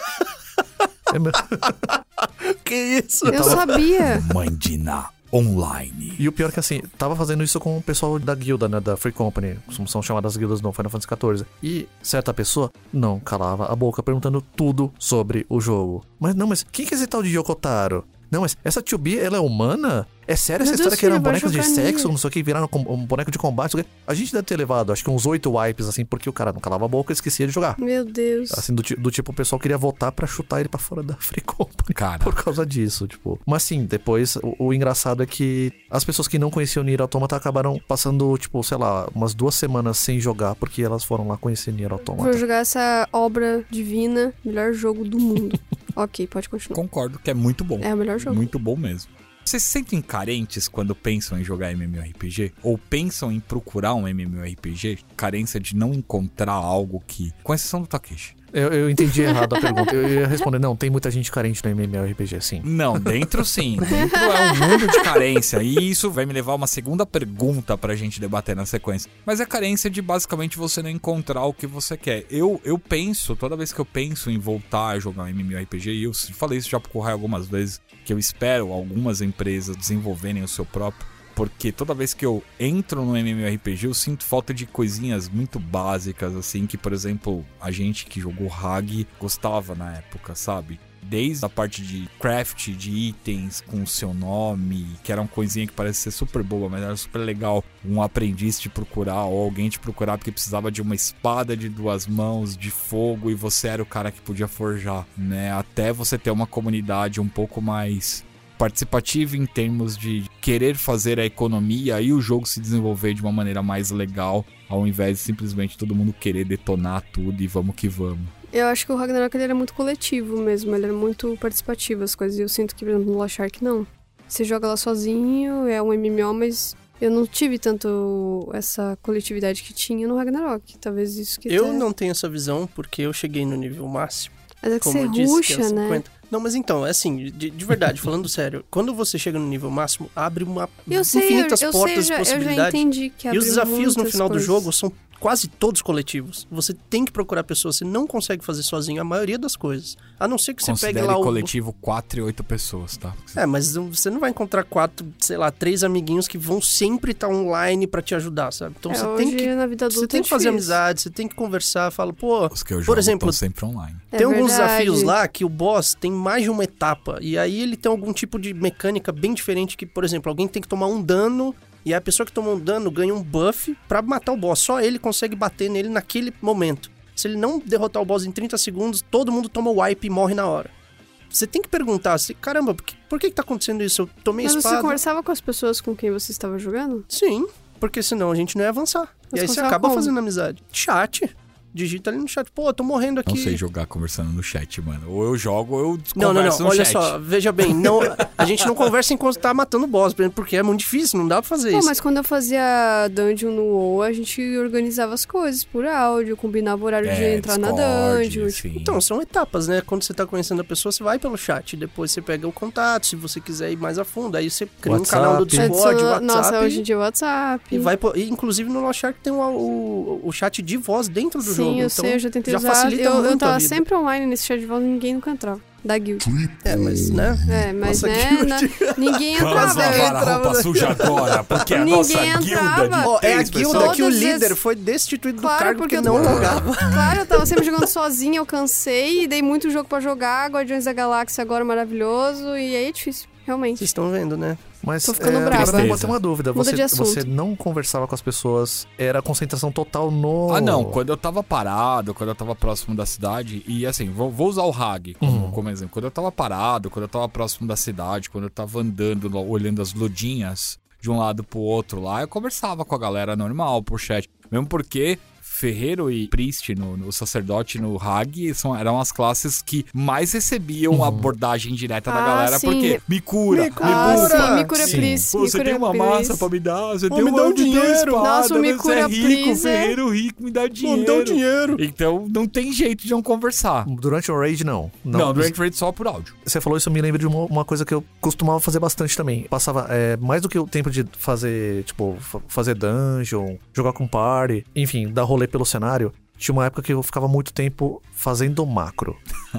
Que isso? Eu sabia. Mãe Dina Online. E o pior é que assim, tava fazendo isso com o pessoal da guilda, né, da Free Company, como são chamadas guildas no Final Fantasy XIV. E certa pessoa não calava a boca perguntando tudo sobre o jogo. Mas quem que é esse tal de Yokotaro? Não, mas essa 2B, ela é humana? É sério essa Meu história Deus, que eram filho, vai bonecos de jogar sexo, Nier. não sei o que, viraram um boneco de combate, não sei o quê. A gente deve ter levado, acho que uns 8 wipes, assim, porque o cara não calava a boca e esquecia de jogar. Meu Deus. Assim, do tipo, o pessoal queria votar pra chutar ele pra fora da Free Company. Cara. Por causa disso, tipo. Mas sim, depois, o engraçado é que as pessoas que não conheciam Nier Automata acabaram passando, tipo, sei lá, umas 2 semanas sem jogar, porque elas foram lá conhecer Nier Automata. Vou jogar essa obra divina, melhor jogo do mundo. Ok, pode continuar. Concordo que é muito bom. É o melhor jogo. Muito bom mesmo. Vocês se sentem carentes quando pensam em jogar MMORPG? Ou pensam em procurar um MMORPG? Carência de não encontrar algo que... Com exceção do Takeshi. Eu entendi errado a pergunta. Eu ia responder, não, tem muita gente carente no MMORPG, sim. Não, dentro sim. Dentro é um mundo de carência. E isso vai me levar a uma segunda pergunta pra gente debater na sequência. Mas é carência de basicamente você não encontrar o que você quer. Eu penso, toda vez que eu penso em voltar a jogar um MMORPG, e eu falei isso já pro Correio algumas vezes, que eu espero algumas empresas desenvolverem o seu próprio. Porque toda vez que eu entro no MMORPG, eu sinto falta de coisinhas muito básicas, assim, que, por exemplo, a gente que jogou Hag gostava na época, sabe? Desde a parte de craft de itens com o seu nome, que era uma coisinha que parece ser super boba, mas era super legal um aprendiz te procurar ou alguém te procurar porque precisava de uma espada de 2 mãos, de fogo, e você era o cara que podia forjar, né? Até você ter uma comunidade um pouco mais participativa em termos de querer fazer a economia e o jogo se desenvolver de uma maneira mais legal, ao invés de simplesmente todo mundo querer detonar tudo e vamos que vamos. Eu acho que o Ragnarok ele era muito coletivo mesmo, ele era muito participativo as coisas, e eu sinto que, por exemplo, no Lost Ark não. Você joga lá sozinho, é um MMO, mas eu não tive tanto essa coletividade que tinha no Ragnarok, talvez isso que... Eu não tenho essa visão, porque eu cheguei no nível máximo. Mas é que Como você eu disse, que ruxa, é 50. né? Não, mas então, é assim, de verdade, falando sério, quando você chega no nível máximo, abre Eu sei, infinitas eu portas sei, de eu já possibilidade. entendi que E abriu os desafios no muitas final coisas. do jogo são quase todos coletivos. Você tem que procurar pessoas, você não consegue fazer sozinho a maioria das coisas. A não ser que você Considere pegue lá o... coletivo 4 e 8 pessoas, tá? É, mas você não vai encontrar 3 amiguinhos que vão sempre estar online pra te ajudar, sabe? Então você hoje, tem que... na vida adulta, Você tem é que fazer difícil. amizade, você tem que conversar, fala, pô... Os que eu jogo Por exemplo, estão sempre online. tem alguns verdade. desafios lá que o boss tem mais de uma etapa. E aí ele tem algum tipo de mecânica bem diferente que, por exemplo, alguém tem que tomar um dano e a pessoa que tomou um dano ganha um buff pra matar o boss. Só ele consegue bater nele naquele momento. Se ele não derrotar o boss em 30 segundos, todo mundo toma o wipe e morre na hora. Você tem que perguntar assim, caramba, por que tá acontecendo isso? Eu tomei Mas espada... você conversava com as pessoas com quem você estava jogando? Sim, porque senão a gente não ia avançar. Mas e aí você conversava acaba como? fazendo amizade. Chat. digita ali no chat, pô, eu tô morrendo aqui. Não sei jogar conversando no chat, mano. Ou eu jogo ou eu Não, converso no olha chat. só, veja bem, a gente não conversa enquanto tá matando o boss, porque é muito difícil, não dá pra fazer isso. Mas quando eu fazia dungeon no WoW, a gente organizava as coisas por áudio, combinava o horário de entrar na dungeon. Sim. Então, são etapas, né? Quando você tá conhecendo a pessoa, você vai pelo chat, depois você pega o contato, se você quiser ir mais a fundo, aí você cria um canal do Discord, WhatsApp. Nossa, hoje em dia é WhatsApp. E inclusive no Lost Ark tem o chat de voz dentro do jogo. Sim, eu então sei, eu já tentei já usar. facilita muito Eu a tava vida. sempre online nesse chat de voz e ninguém nunca entrava. Da guild. Mas, né? Mas, Nossa né? Ninguém Vamos entrava. lavar a roupa suja agora, porque a Ninguém nossa entrava. guilda de Ó, é a 3 guilda pessoas. que o Todas líder vezes- foi destituído Claro, do cargo porque porque eu não tô- jogava. Claro, eu tava sempre jogando sozinha, eu cansei e dei muito jogo pra jogar. Guardiões da Galáxia agora maravilhoso. E aí é difícil, realmente. Vocês estão vendo, né? Mas Tô ficando brava. agora eu vou ter uma dúvida. Muda de assunto. Você não conversava com as pessoas, era concentração total no... Ah, não. Quando eu tava parado, quando eu tava próximo da cidade, e assim, vou usar o Hag como exemplo. Quando eu tava parado, quando eu tava próximo da cidade, quando eu tava andando, olhando as ludinhas de um lado pro outro lá, eu conversava com a galera normal por chat. Mesmo porque Ferreiro e Priest, no sacerdote, no Hag, eram as classes que mais recebiam abordagem direta da galera, sim. porque me cura, me cura. bufa. Sim, me cura Sim. Priest. Pô, me você cura tem uma Priest. massa pra me dar, você tem me dá um dinheiro. Nossa, o me você cura é rico, Priest, Ferreiro rico, me dá dinheiro. Me dá um dinheiro. Então não tem jeito de não conversar. Durante o raid, não. Não, durante o raid só por áudio. Você falou isso, me lembra de uma coisa que eu costumava fazer bastante também. Passava mais do que o tempo de fazer, tipo, fazer dungeon, jogar com party, enfim, dar rolê pelo cenário. Tinha uma época que eu ficava muito tempo fazendo macro.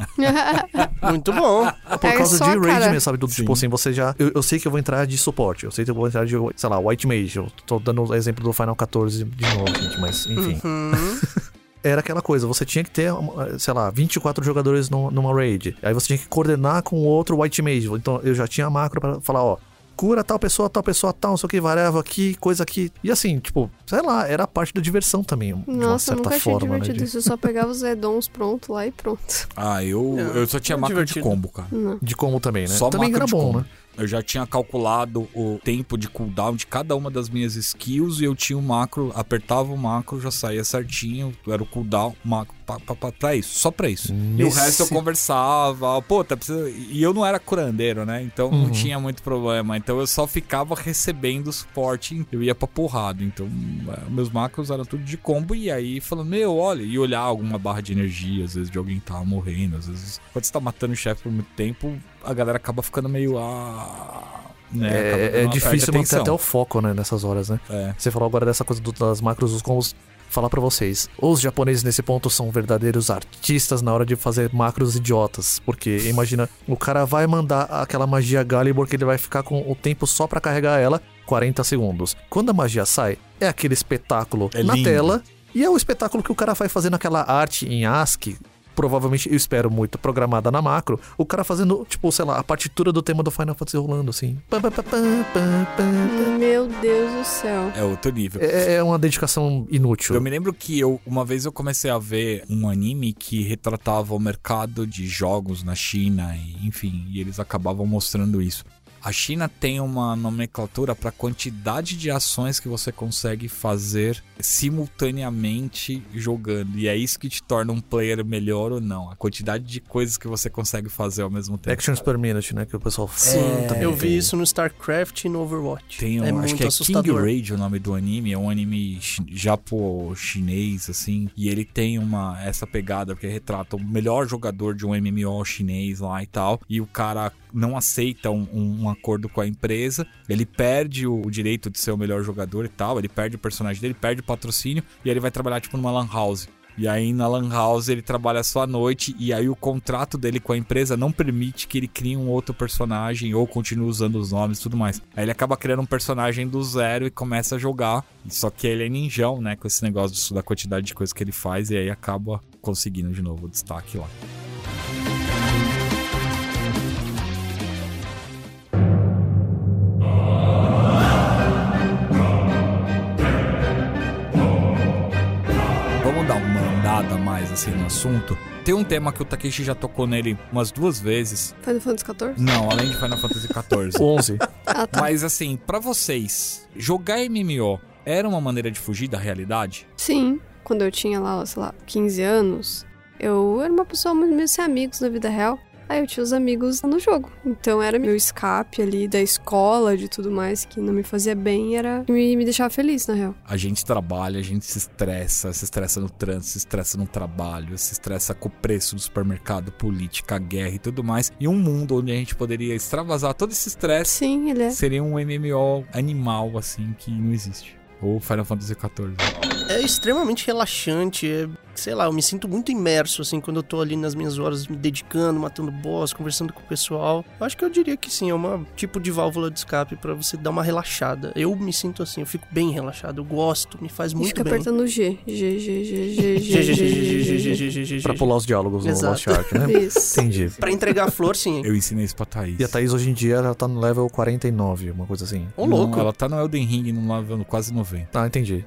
Muito bom. Por causa só, de raid cara. mesmo, sabe? Tipo assim, você já... Eu sei que eu vou entrar de suporte. Eu sei que eu vou entrar de, sei lá, White Mage. Eu tô dando o exemplo do Final 14 de novo, gente. Mas, enfim. Era aquela coisa, você tinha que ter, sei lá, 24 jogadores numa raid. Aí você tinha que coordenar com outro White Mage. Então eu já tinha a macro pra falar, ó, cura tal pessoa, tal, não sei o que, variável aqui, coisa aqui. E assim, tipo, sei lá, era parte da diversão também, de uma Nossa, eu certa nunca forma, tinha divertido né? isso. Eu só pegava os addons pronto lá e pronto. Ah, eu só tinha é macro de divertido. combo, cara. De como também, né? Só também macro era de bom, combo. né? Eu já tinha calculado o tempo de cooldown de cada uma das minhas skills e eu tinha o macro, apertava o macro, já saía certinho, era o cooldown, macro, pra isso, só pra isso. E o resto eu conversava, pô, tá precisando... E eu não era curandeiro, né? Então não tinha muito problema. Então eu só ficava recebendo suporte, eu ia pra porrada. Então meus macros eram tudo de combo e aí falando, meu, olha, e olhar alguma barra de energia, às vezes de alguém tava morrendo, às vezes quando você tá matando o chefe por muito tempo, a galera acaba ficando meio né? É difícil manter atenção. até o foco, né, nessas horas, né? É. Você falou agora dessa coisa das macros, dos combos. Falar pra vocês, os japoneses nesse ponto são verdadeiros artistas na hora de fazer macros idiotas, porque imagina, o cara vai mandar aquela magia Galibor que ele vai ficar com o tempo só pra carregar ela, 40 segundos. Quando a magia sai, é aquele espetáculo É na lindo. tela, e é o espetáculo que o cara vai fazendo aquela arte em ASCII, provavelmente, eu espero muito, programada na macro, o cara fazendo, tipo, sei lá, a partitura do tema do Final Fantasy rolando, assim. Meu Deus do céu. É outro nível. É uma dedicação inútil. Eu me lembro que uma vez eu comecei a ver um anime que retratava o mercado de jogos na China, e, enfim, e eles acabavam mostrando isso. A China tem uma nomenclatura para a quantidade de ações que você consegue fazer simultaneamente jogando. E é isso que te torna um player melhor ou não. A quantidade de coisas que você consegue fazer ao mesmo tempo. Actions per minute, né? Que o pessoal também Eu tem. vi isso no StarCraft e no Overwatch. Tem é acho muito que é assustador. King Raid o nome do anime, é um anime japo-chinês, assim, e ele tem essa pegada, porque retrata o melhor jogador de um MMO chinês lá e tal, e o cara não aceita um acordo com a empresa, ele perde o direito de ser o melhor jogador e tal, ele perde o personagem dele, perde o patrocínio, e aí ele vai trabalhar tipo numa lan house. E aí na lan house ele trabalha só à noite e aí o contrato dele com a empresa não permite que ele crie um outro personagem ou continue usando os nomes e tudo mais. Aí ele acaba criando um personagem do zero e começa a jogar. Só que ele é ninjão, né? Com esse negócio da quantidade de coisas que ele faz e aí acaba conseguindo de novo o destaque lá. Vamos dar uma andada mais assim no assunto. Tem um tema que o Takeshi já tocou nele umas 2 vezes. Final Fantasy XIV? Não, além de Final Fantasy XIV. 11. Ah, tá. Mas assim, pra vocês, jogar MMO era uma maneira de fugir da realidade? Sim. quando eu tinha lá, sei lá, 15 anos, eu era uma pessoa muito meio sem amigos na vida real. Aí eu tinha os amigos no jogo. Então era meu escape ali da escola, de tudo mais, que não me fazia bem, era me deixava feliz, na real. A gente trabalha, a gente se estressa no trânsito, se estressa no trabalho, se estressa com o preço do supermercado, política, guerra e tudo mais. E um mundo onde a gente poderia extravasar todo esse estresse. Sim, ele é. Seria um MMO animal, assim, que não existe. Ou Final Fantasy XIV. É extremamente relaxante, sei lá, eu me sinto muito imerso, assim, quando eu tô ali nas minhas horas me dedicando, matando boss, conversando com o pessoal. Eu acho que eu diria que sim, é um tipo de válvula de escape pra você dar uma relaxada. Eu me sinto assim, eu fico bem relaxado, eu gosto, me faz muito fica bem. Fica apertando G. Pra pular os diálogos no Lost Ark, né? Isso. Entendi. Pra entregar a flor, sim. Eu ensinei isso pra Thaís. E a Thaís hoje em dia, ela tá no level 49, uma coisa assim. Ô, louco. Não, ela tá no Elden Ring, no level quase 90. Ah, entendi.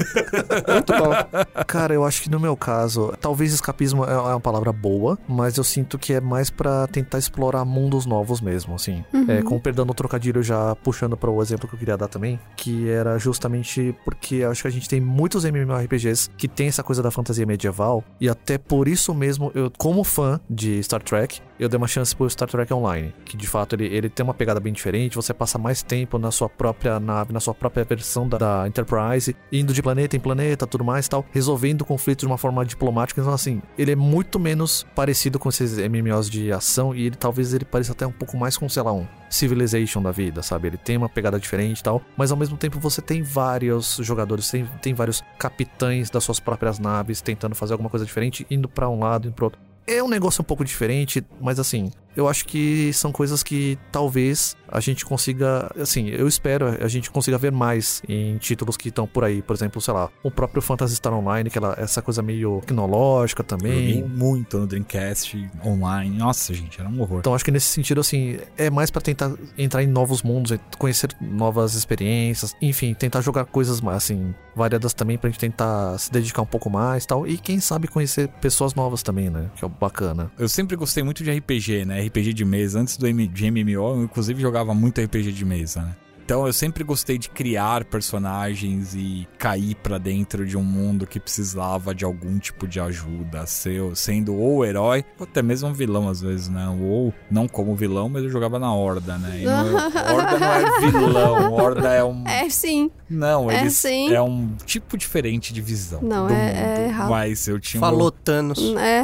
Muito bom. Cara, eu acho que no meu caso, talvez escapismo é uma palavra boa, mas eu sinto que é mais pra tentar explorar mundos novos mesmo, assim. Com perdão no trocadilho, já puxando para o exemplo que eu queria dar também, que era justamente porque eu acho que a gente tem muitos MMORPGs que tem essa coisa da fantasia medieval, e até por isso mesmo, eu, como fã de Star Trek, eu dei uma chance pro Star Trek Online, que de fato ele tem uma pegada bem diferente, você passa mais tempo na sua própria nave, na sua própria versão da Enterprise, indo de planeta em planeta, tudo mais e tal, resolvendo conflitos de uma forma diplomática. Então assim, ele é muito menos parecido com esses MMOs de ação, e talvez ele pareça até um pouco mais com, sei lá, um Civilization da vida, sabe? Ele tem uma pegada diferente e tal, mas ao mesmo tempo você tem vários jogadores, tem vários capitães das suas próprias naves tentando fazer alguma coisa diferente, indo pra um lado e pro outro. É um negócio um pouco diferente, mas assim, eu acho que são coisas que talvez a gente consiga, assim, eu espero a gente consiga ver mais em títulos que estão por aí. Por exemplo, sei lá, o próprio Phantasy Star Online, que essa coisa meio tecnológica também. Joguei muito no Dreamcast online. Nossa, gente, era um horror. Então acho que nesse sentido, assim, é mais pra tentar entrar em novos mundos, conhecer novas experiências, enfim, tentar jogar coisas mais, assim, variadas também, pra gente tentar se dedicar um pouco mais e tal. E quem sabe conhecer pessoas novas também, né? Que é bacana. Eu sempre gostei muito de RPG, né? RPG de mesa. Antes de MMO, eu inclusive jogava muito RPG de mesa, né? Então eu sempre gostei de criar personagens e cair pra dentro de um mundo que precisava de algum tipo de ajuda, sendo ou o herói, ou até mesmo um vilão às vezes, né? Ou não como vilão, mas eu jogava na Horda, né? E Horda não é vilão, Horda é um... É sim. Não, sim. É um tipo diferente de visão. Não, é errado. Mas eu tinha Falou Thanos.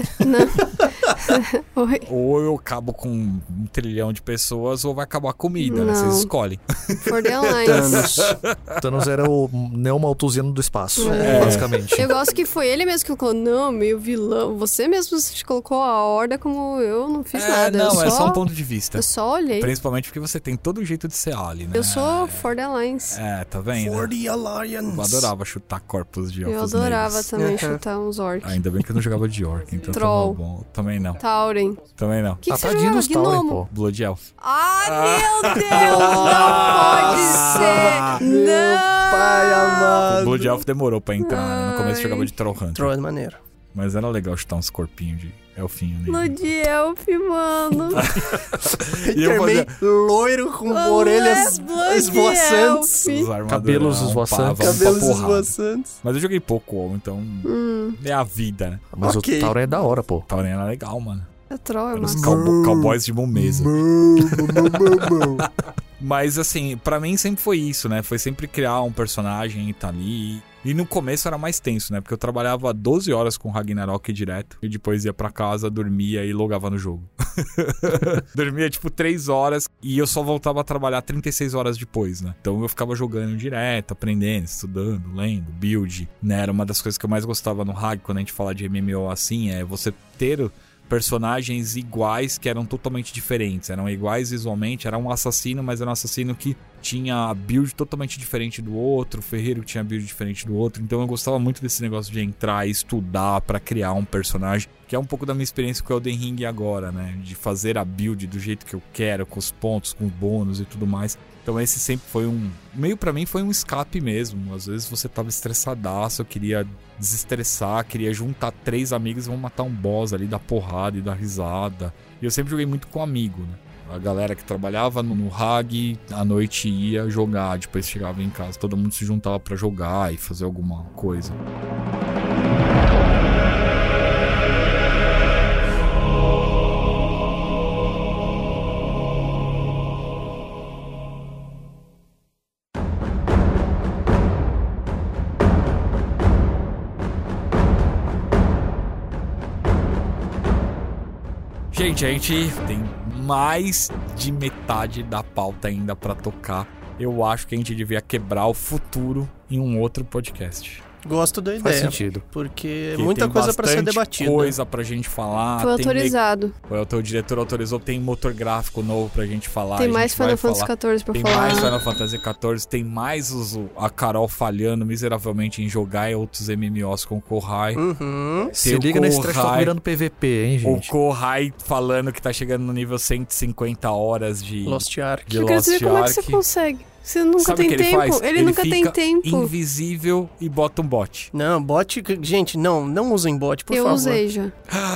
Não. Oi. Ou eu acabo com 1 trilhão de pessoas, ou vai acabar a comida, né? Não. Vocês escolhem. For the Alliance. Thanos era o Neo-Malthusiano do espaço, basicamente. Eu gosto que foi ele mesmo que colocou, não, meio vilão. Você mesmo colocou a Horda como eu não fiz nada. Não, é só um ponto de vista. Eu só olhei. Principalmente porque você tem todo o jeito de ser Ali, né? Eu sou For the Alliance. Tá vendo? For the Alliance. Eu adorava chutar corpos de elfos Eu adorava negros. também chutar uns orcs. Ainda bem que eu não jogava de orc, então Troll. tava bom. Também não. Tauren. Também não. Que você tadinho joga? dos Tauren, Gnomo? pô. Blood Elf. Meu Deus, não pode ser. Não. Pai amado. Blood Elf demorou pra entrar, né? No começo eu jogava de Troll Hunter. Troll é maneiro. Mas era legal chutar uns corpinhos de elfinho nele. Blood Elf, mano. E eu fazia loiro com orelhas Blood esvoaçantes. Elf. Cabelos esvoaçantes. Cabelos esvoaçantes. Mas eu joguei pouco WoW, então é a vida, né? Mas Ok. o Tauren é da hora, pô. Tauren era legal, mano. É troll, Era os mano. cowboys de mesa. Mas assim, pra mim sempre foi isso, né? Foi sempre criar um personagem e tá ali. E no começo era mais tenso, né? Porque eu trabalhava 12 horas com Ragnarok direto. E depois ia pra casa, dormia e logava no jogo. Dormia tipo 3 horas e eu só voltava a trabalhar 36 horas depois, né? Então eu ficava jogando direto, aprendendo, estudando, lendo, build, né? Era uma das coisas que eu mais gostava no Rag, quando a gente fala de MMO assim, é você ter personagens iguais que eram totalmente diferentes. Eram iguais visualmente, era um assassino, mas era um assassino que tinha build totalmente diferente do outro, o ferreiro que tinha build diferente do outro. Então eu gostava muito desse negócio de entrar e estudar pra criar um personagem, que é um pouco da minha experiência com o Elden Ring agora, né? De fazer a build do jeito que eu quero, com os pontos, com os bônus e tudo mais. Então esse sempre foi meio pra mim foi um escape mesmo. Às vezes você tava estressadaço, eu queria desestressar, queria juntar 3 amigos e vamos matar um boss ali, dar porrada e dar risada. E eu sempre joguei muito com amigo, né? A galera que trabalhava no Rag, à noite ia jogar, depois chegava em casa, todo mundo se juntava pra jogar e fazer alguma coisa. Gente, a gente tem mais de metade da pauta ainda pra tocar. Eu acho que a gente devia quebrar o futuro em um outro podcast. Gosto da Faz ideia. sentido. Porque muita coisa pra ser debatida. Coisa pra gente falar. Foi autorizado. O diretor autorizou, tem motor gráfico novo pra gente falar. Tem a mais gente vai Final Fantasy XIV pra Tem falar. mais Final Fantasy XIV, tem mais a Carol falhando miseravelmente em jogar outros MMOs com o Kohai. Se liga nesse trash talk virando PVP, hein, gente? O Kohai falando que tá chegando no nível 150 horas de Lost Ark. de Eu quero Lost saber como é que você Ark. consegue. Você nunca Sabe o tem que ele tempo. faz? Ele nunca tem fica tempo. invisível e bota um bot. Não, bot... Gente, não usem bot, por Eu favor. usei já.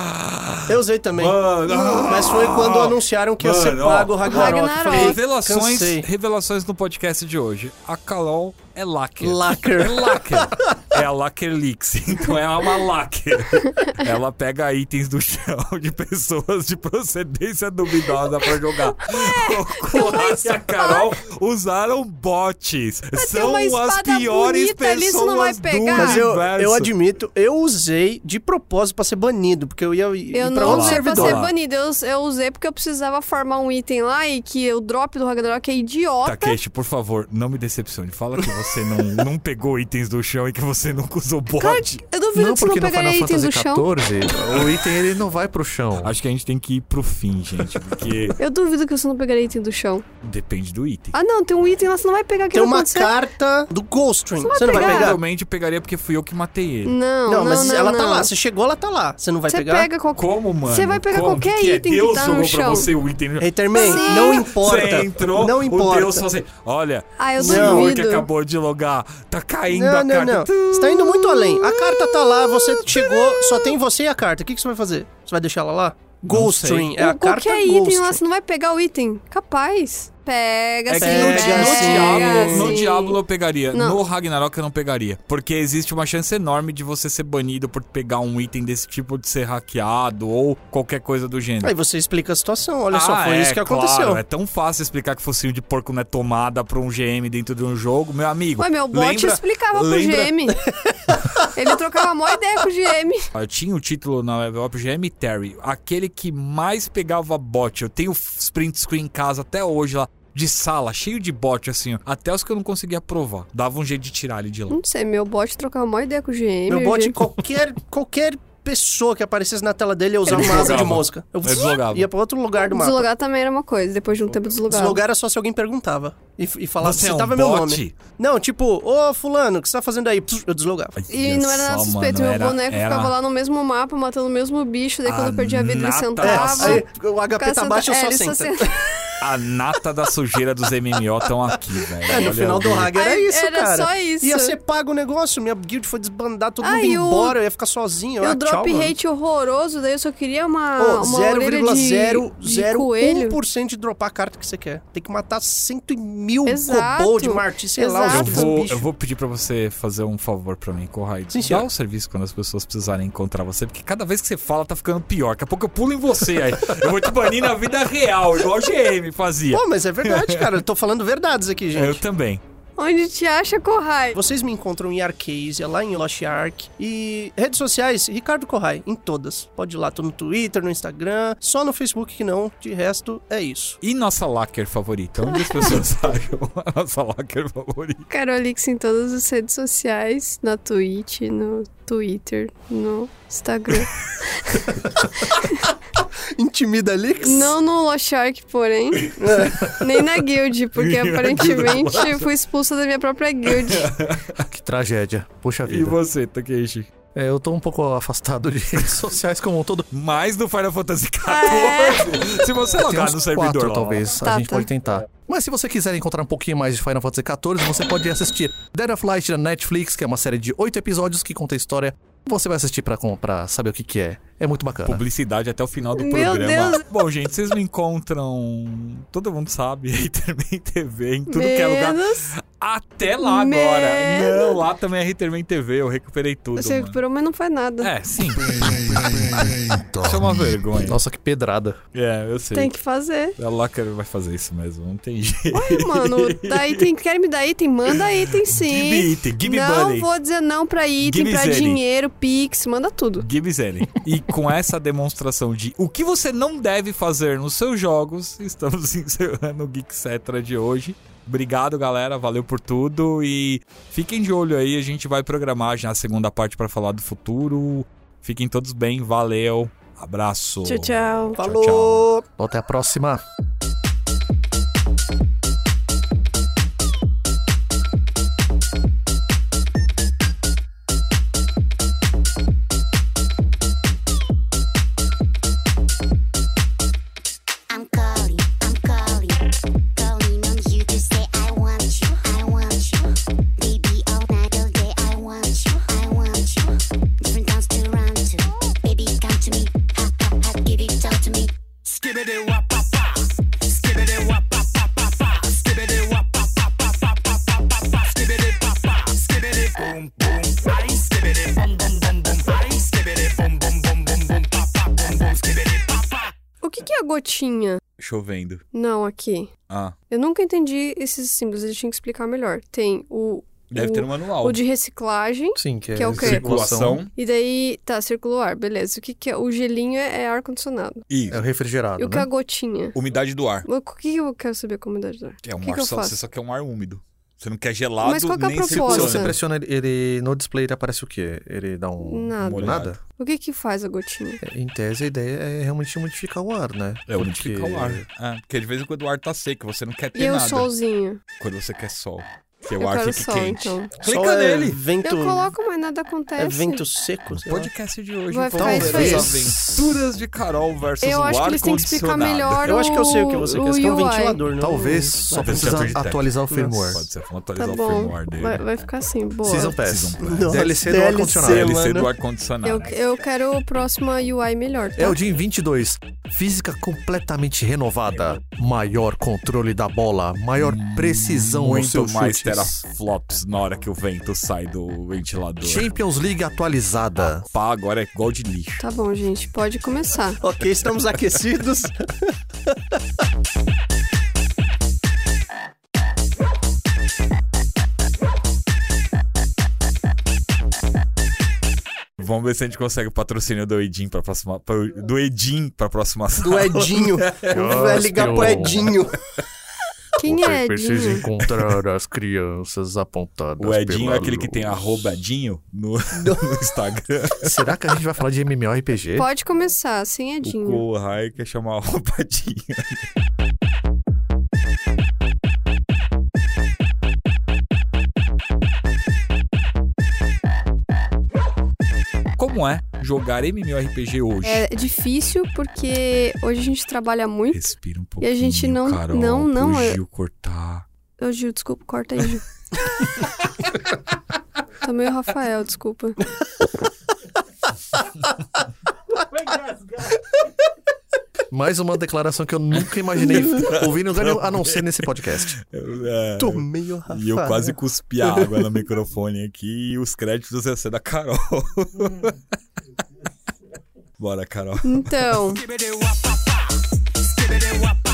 Eu usei também. Mano, Mas foi quando anunciaram que ia ser Mano, pago o Ragnarok. Ragnarok. Falei, Revelações no podcast de hoje. A Carol é lacker. Lacker. É lacker. É a Lacker Leaks. Então é uma lacker. Ela pega itens do chão de pessoas de procedência duvidosa pra jogar. O Kohai e a Carol usaram bots. São uma as espada piores bonita ali, pessoas isso não vai do pegar. Mas universo. eu admito, eu usei de propósito pra ser banido, porque eu ia ir Eu pra não outro usei pra servidor. ser banido. Eu usei porque eu precisava farmar um item lá e que o drop do Ragnarok é idiota. Takeshi, por favor, não me decepcione. Fala que você não pegou itens do chão e que você nunca usou bot. Cara, eu duvido Não, que você não porque no pegaria Final itens Fantasy do chão. XIV, o item ele não vai pro chão. Acho que a gente tem que ir pro fim, gente, porque Eu duvido que você não pegaria item do chão. depende do item. Ah, não, tem um item lá, você não vai pegar. Que Tem vai uma acontecer? carta do Ghost Ring. Você vai Você não vai pegar? pegar? Provavelmente pegaria porque fui eu que matei ele. Não, mas ela tá não. lá. Você chegou, ela tá lá. Você não vai Você pegar? pega qualquer... Como, mano? Você vai pegar Como? qualquer Que item que Deus tá no jogou pra chão. você o item. Haterman, Sim. não importa. Você entrou, não o importa. Deus falou assim, olha, Ah, eu o senhor duvido. que acabou de logar, tá caindo Não, a não, carta. não. Você tá indo muito além. A carta tá lá, você chegou, só tem você e a carta. O que você vai fazer? Você vai deixar ela lá? Ghost sei. Ring. É a carta Qualquer Ghost item lá, Ring. você não vai pegar o item. Capaz. Pega, É sim. que Pega, no sim. Diablo eu pegaria. Não. No Ragnarok eu não pegaria. Porque existe uma chance enorme de você ser banido por pegar um item desse tipo de ser hackeado ou qualquer coisa do gênero. Aí você explica a situação. Olha só, foi isso que aconteceu. Claro, é tão fácil explicar que focinho de porco não é tomada pra um GM dentro de um jogo. Meu amigo, Ué, meu bot lembra- explicava pro lembra- GM. Ele trocava a maior ideia com o GM. Eu tinha o título na Level Up GM Terry, aquele que mais pegava bot. Eu tenho sprint screen em casa até hoje lá, de sala, cheio de bot, assim, ó. Até os que eu não conseguia provar. Dava um jeito de tirar ele de lá. Não sei, meu bot trocava a maior ideia com o GM. Meu o bot, GM qualquer pessoa que aparecesse na tela dele ia usar Ele uma asa de deslogava. mosca. Eu Ele deslogava. ia pra outro lugar do mapa. Deslogar também era uma coisa, depois de um tempo deslogava. Deslogar era só se alguém perguntava. E falava, Você é um citava meu bot? nome. Não, tipo, ô fulano, o que você tá fazendo aí? Eu deslogava. E não era nada suspeito, meu boneco ficava lá no mesmo mapa, matando o mesmo bicho, daí quando eu perdia a vida ele nata sentava. Aí o HP tá baixo, eu só ele senta. A nata da sujeira dos MMO estão aqui, velho. No Olha final do o- Rag era Aí, isso, era cara. só isso. Ia ser pago o negócio, minha guild foi desbandar, todo mundo e ia o- embora, eu ia ficar sozinho. E o Ah, tchau, drop mano. rate horroroso, daí eu só queria uma Ô, orelha de coelho. 0,01% de dropar a carta que você quer. Tem que matar 100.000 Exato. kobold, Marty, sei lá, Exato. os Eu vou, bichos. eu vou pedir pra você fazer um favor pra mim, Kohai. Sim, Dá senhor. o serviço quando as pessoas precisarem encontrar você, porque cada vez que você fala tá ficando pior. Daqui a pouco eu pulo em você aí. Eu vou te banir na vida real, igual o GM fazia. Pô, mas é verdade, cara. Eu tô falando verdades aqui, gente. Eu também. Onde te acha, Kohai? Vocês me encontram em Arcasia, lá em Lost Ark. E redes sociais, Ricardo Kohai, em todas. Pode ir lá, tô no Twitter, no Instagram. Só no Facebook que não. De resto, é isso. E nossa lacker favorita? Onde as pessoas acham a nossa lacker favorita? Carolix em todas as redes sociais, na Twitch, no Twitter, no Instagram. Intimida Lix? Não no Lost Ark, porém. Nem na guild, porque Nem na aparentemente guild. eu fui expulsa da minha própria guild. Que tragédia. Puxa E vida. você, Takeshi? Eu tô um pouco afastado de redes sociais como um todo. Mais do Final Fantasy XIV. Se você Tem logar uns no servidor 4, lá. talvez. Tá, a gente tá. pode tentar. Mas se você quiser encontrar um pouquinho mais de Final Fantasy XIV, você pode assistir Dead of Light da Netflix, que é uma série de 8 episódios que conta a história. Você vai assistir pra saber o que é. É muito bacana. Publicidade até o final do Meu programa. Deus. Bom, gente, vocês me encontram. Todo mundo sabe, Haterman TV, em tudo que é lugar. Menos. Até lá agora. Menos. Não, lá também é Haterman TV, eu recuperei tudo. Você mano. recuperou, mas não faz nada. É, sim. Isso é uma vergonha. Nossa, que pedrada. É, eu sei. Tem que fazer. A Lacker vai fazer isso mesmo, não tem jeito. Ué, mano, dá item, quer me dar item? Manda item sim. Give me item, give me não money. vou dizer não pra item, Give me pra Zenny. dinheiro, Pix, manda tudo. Give Zenny. E com essa demonstração de o que você não deve fazer nos seus jogos, estamos encerrando o Geekcetra de hoje. Obrigado, galera. Valeu por tudo. E fiquem de olho aí. A gente vai programar já a segunda parte pra falar do futuro. Fiquem todos bem. Valeu. Abraço. Tchau, tchau. Falou! Até a próxima. Gotinha. Chovendo. Não, aqui. Ah. Eu nunca entendi esses símbolos, eles tinham que explicar melhor. Tem Deve ter um manual. O de reciclagem. Sim, que é o quê? Circulação. E daí, tá, circula o ar, beleza. O que é? O gelinho é ar-condicionado. Isso. É o refrigerado, E o que é a gotinha? Umidade do ar. O que eu quero saber com a umidade do ar? É um que ar que eu só, faço? você só quer um ar úmido. Você não quer gelado, Mas qual que é a nem proposta? Se circulando. você pressiona ele no display, ele aparece o quê? Ele dá um... Nada. Molhado. O que faz a gotinha? Em tese, a ideia é realmente modificar o ar, né? É umidificar o ar. Porque de vez em quando o ar tá seco, você não quer ter E o nada. solzinho? Quando você quer sol. Que Eu o ar quero fique sol, quente. então. Clica Sol nele. Vento, Eu coloco, mas nada acontece. é vento seco? sei lá. Podcast de hoje. Vai vamos ficar ver isso aí. as aventuras de Carol versus Eu o acho que eles têm que explicar melhor Eu acho que eu sei o que você quer. Você quer um UI. ventilador, não? Talvez só precisa atualizar o firmware. Pode ser, vamos Tá atualizar o bom, firmware dele. vai ficar assim, boa. Season Pass. Season Pass. Nossa, DLC do DLC, ar-condicionado. DLC mano. do ar-condicionado. Eu quero a próxima UI melhor, tá? É o Jim 22. Física completamente renovada. Maior controle da bola. Maior precisão nos Muito seus mais chutes. teraflops na hora que o vento sai do ventilador. Champions League atualizada. Pá, agora é igual de lixo. Tá bom, gente, pode começar. Ok, estamos aquecidos. Vamos ver se a gente consegue o patrocínio do Edinho pra próxima. Do Edinho pra próxima sala. Do Edinho. Vai ligar pro Edinho. Quem é Precisa Edinho? encontrar as crianças apontadas. O Edinho pela é aquele que tem luz. @Edinho no Instagram. Será que a gente vai falar de MMORPG? Pode começar, sem Edinho. O Kohai quer chamar @Edinho. Como é jogar MMORPG hoje? É difícil porque hoje a gente trabalha muito. Respira um E pouquinho, a gente não- Carol, não, pro é- Gil cortar. Ô, Gil, desculpa, corta aí, Gil. Tô meio Rafael, desculpa. Mais uma declaração que eu nunca imaginei ouvir em lugar nenhum, a não ser nesse podcast. Tô meio Rafael. E eu quase cuspi a água no microfone aqui e os créditos iam ser da Carol. Bora, Carol. Então, Skibidi wap, wap, wap. Skibidi wap,